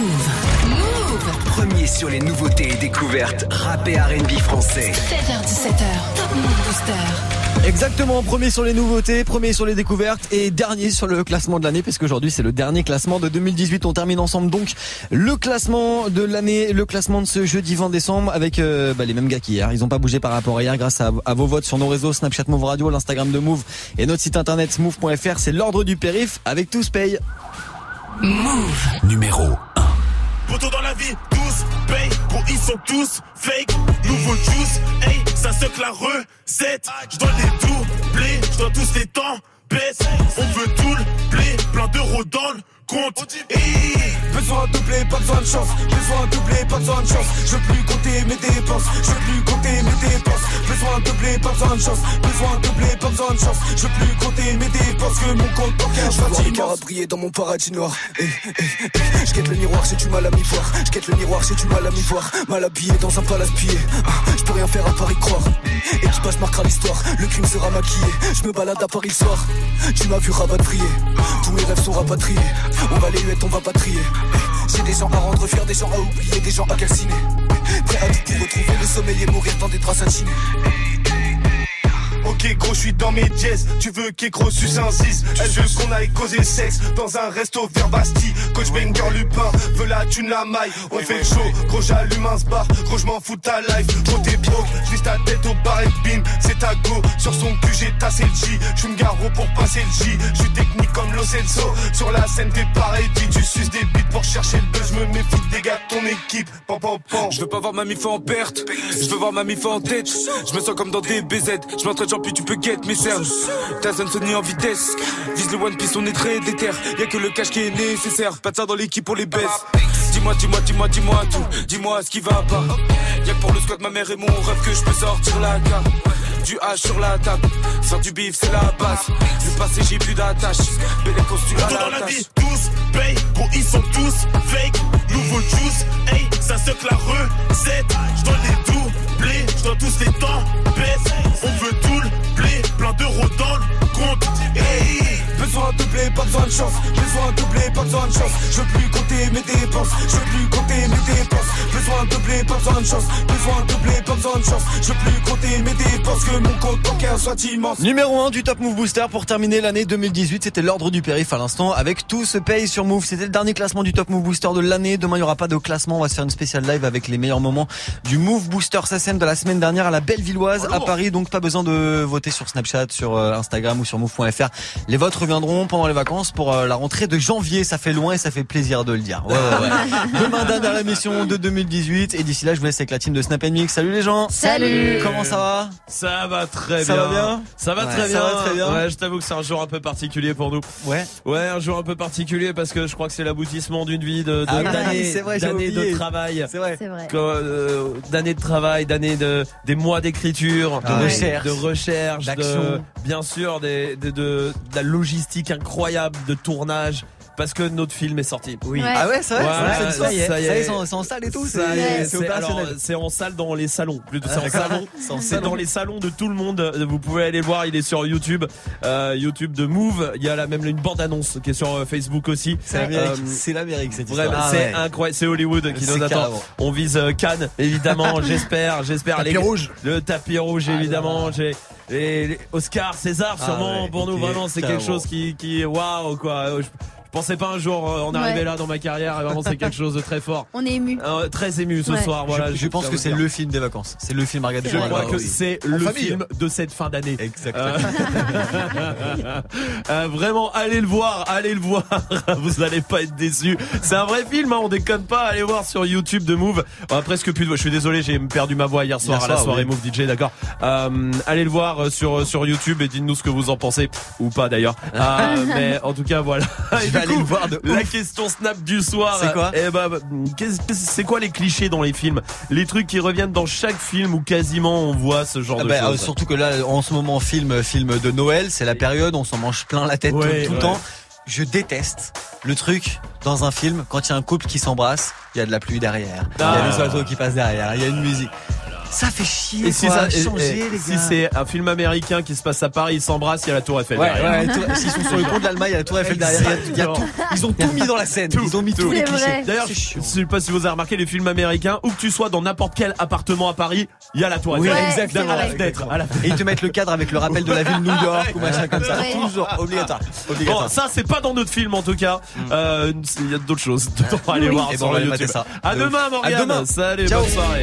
Speaker 1: Premier sur les nouveautés et découvertes rap et R&B français.
Speaker 3: 16h-17h, Top Move Booster.
Speaker 2: Exactement, premier sur les nouveautés, premier sur les découvertes et dernier sur le classement de l'année, parce qu'aujourd'hui c'est le dernier classement de 2018. On termine ensemble donc le classement de l'année, le classement de ce jeudi 20 décembre avec les mêmes gars qu'hier. Ils ont pas bougé par rapport à hier grâce à vos votes sur nos réseaux Snapchat Move Radio, l'Instagram de Move et notre site internet move.fr. C'est l'ordre du périph' avec Tous Paye.
Speaker 3: Move.
Speaker 9: Numéro 1.
Speaker 11: Poto dans la vie, tous paye, gros ils sont tous fake. Nouveau juice, hey, ça se la recette. J'dois les doubler, j'dois tous les temps
Speaker 5: baisse. On veut tout le blé, plein d'euros dans le compte. Besoin de blé, pas besoin de chance. Besoin de blé, pas besoin de chance. Je veux plus compter mes dépenses. Je veux plus compter mes dépenses. Besoin de blé, pas besoin de chance. Besoin de blé, pas besoin de chance. Je veux plus compter mes dépenses. Que mon compte bancaire soit immense. Je vois briller dans mon paradis noir. Je guette le miroir, j'ai du mal à m'y voir. Je guette le miroir, j'ai du mal à m'y voir. Mal habillé dans un palace pillé. Je peux rien faire à part y croire. Équipage marquera l'histoire. Le crime sera maquillé. Je me balade à Paris le soir. Tu m'as vu rapatrier. Tous mes rêves sont rapatriés. On va les huettes, on va pas trier. J'ai des gens à rendre fiers, des gens à oublier, des gens à calciner. Prêt à tout pour retrouver le sommeil et mourir dans des draps satinés. Ok gros, je suis dans mes jazz. Tu veux qu'écro suce un 6. Elle veut qu'on aille causer sexe dans un resto vers Bastille. Coach Banger Lupin veut la thune, la maille. On fait le show, gros j'allume un bar. Gros je m'en fous ta life. Gros t'es broke, j'vise ta tête au bar et bim. C'est ta go, sur son cul j'ai tassé le J. J'suis une garo pour passer le J. J'suis technique comme Lo Celso. Sur la scène t'es pareil, tu suces des bites pour chercher le buzz. J'me méfie des gars de ton équipe. Pam pam pam.
Speaker 13: Je veux pas voir ma mif en perte. Je veux voir ma mif en tête. Je me sens comme dans des BZ. Je m'entraîne puis tu peux get mes cernes. Ta zone sonne en vitesse. Vise le One Piece, on est très déter. Y'a que le cash qui est nécessaire. Pas de ça dans l'équipe, on les baisse. Dis-moi tout. Dis-moi ce qui va pas. Y'a que pour le squat, ma mère et mon rêve que je peux sortir la carte. Du H sur la table. Faire du bif, c'est la base. Le passé, j'ai plus d'attache. Belle costume à la
Speaker 5: dans la vie, tous paye. Gros, ils sont tous fake. Nouveau juice, hey, ça se que la recette. J'dois les doubler, j'dois tous les temps baisse. On veut tout le blé, plein d'euros dans le compte. Hey. Besoin de blé, pas besoin de chance. Besoin de blé, pas besoin de chance. Je veux plus compter mes dépenses. Je veux plus compter mes dépenses. Besoin de blé, pas besoin de chance. Besoin de blé, pas besoin de chance. Je veux plus compter mes dépenses. Que mon compte bancaire soit immense.
Speaker 2: Numéro 1 du Top Move Booster pour terminer l'année 2018. C'était l'ordre du périph' à l'instant. Avec Tout se paye sur Move. C'était le dernier classement du Top Move Booster de l'année. Demain, il n'y aura pas de classement. On va se faire une spéciale live avec les meilleurs moments du Move Booster SACEM de la semaine dernière à la Bellevilloise à Paris. Donc, pas besoin de voter sur Snapchat, sur Instagram ou sur move.fr. Les votes reviendront pendant les vacances pour la rentrée de janvier. Ça fait loin et ça fait plaisir de le dire. Ouais. Demain, dernière émission de 2018. Et d'ici là, je vous laisse avec la team de Snap & Mix. Salut les gens.
Speaker 15: Salut.
Speaker 2: Comment ça va?
Speaker 15: Ça va très bien.
Speaker 2: Ça va bien?
Speaker 15: Ça va très bien. Ouais, je t'avoue que c'est un jour un peu particulier pour nous.
Speaker 2: Ouais,
Speaker 15: un jour un peu particulier parce que je crois que c'est l'aboutissement d'une vie d'années de travail.
Speaker 2: C'est vrai.
Speaker 15: D'années de travail, des mois d'écriture,
Speaker 2: de
Speaker 15: recherche,
Speaker 2: d'action.
Speaker 15: Bien sûr, de la logistique incroyable de tournage. Parce que notre film est sorti.
Speaker 2: Oui. Ah ouais, c'est vrai.
Speaker 15: Ça y est,
Speaker 2: c'est en salle et tout. C'est opérationnel.
Speaker 15: Alors, c'est en salle dans les salons. Plutôt, c'est dans les salons de tout le monde. Vous pouvez aller voir. Il est sur YouTube, YouTube de Move. Il y a même une bande annonce qui est sur Facebook aussi.
Speaker 2: C'est l'Amérique cette histoire.
Speaker 15: Vraiment, c'est incroyable. C'est Hollywood qui nous attend. Carrément. On vise Cannes, évidemment. J'espère.
Speaker 2: Tapis rouge.
Speaker 15: Le tapis rouge, évidemment. Les Oscars, César, sûrement pour nous. Vraiment, c'est quelque chose qui waouh quoi. Je pensais pas un jour en arriver là dans ma carrière et vraiment c'est quelque chose de très fort.
Speaker 23: On est ému.
Speaker 15: Très ému ce soir. Voilà,
Speaker 2: je pense que c'est le film des vacances. C'est le film à regarder.
Speaker 15: Je crois que c'est le film de cette fin d'année.
Speaker 2: Exactement.
Speaker 15: Vraiment, allez le voir. Vous n'allez pas être déçus. C'est un vrai film, hein, on déconne pas. Allez voir sur YouTube de Move. Presque plus de voix. Je suis désolé, j'ai perdu ma voix hier soir à la soirée Move DJ, d'accord. Allez le voir sur YouTube et dites-nous ce que vous en pensez ou pas d'ailleurs. Mais en tout cas voilà.
Speaker 2: Allez le voir
Speaker 15: la question Snap du soir.
Speaker 2: C'est quoi?
Speaker 15: C'est quoi les clichés dans les films? Les trucs qui reviennent dans chaque film où quasiment on voit ce genre de choses.
Speaker 2: Surtout que là, en ce moment, film de Noël, c'est la période, on s'en mange plein la tête tout le temps. Je déteste le truc dans un film quand il y a un couple qui s'embrasse, il y a de la pluie derrière, il y a des oiseaux qui passent derrière, il y a une musique. Ça fait chier. Et
Speaker 15: si c'est un film américain qui se passe à Paris, ils s'embrassent, il y a la Tour Eiffel derrière.
Speaker 2: S'ils sont sur le pont de l'Allemagne, il y a la Tour Eiffel derrière. Il y a tout. Ils ont tout mis dans la scène. Ils ont mis tous les clichés.
Speaker 15: D'ailleurs, je sais pas si vous avez remarqué les films américains, où que tu sois dans n'importe quel appartement à Paris, il y a la Tour Eiffel.
Speaker 2: Exactement.
Speaker 15: À la fenêtre.
Speaker 2: Et ils te mettent le cadre avec le rappel de la ville de New York ou machin comme ça. Toujours obligatoire.
Speaker 15: Bon, ça c'est pas dans notre film en tout cas. Il y a d'autres choses. Allez voir sur YouTube. À demain, Morgane. Salut, bonne soirée.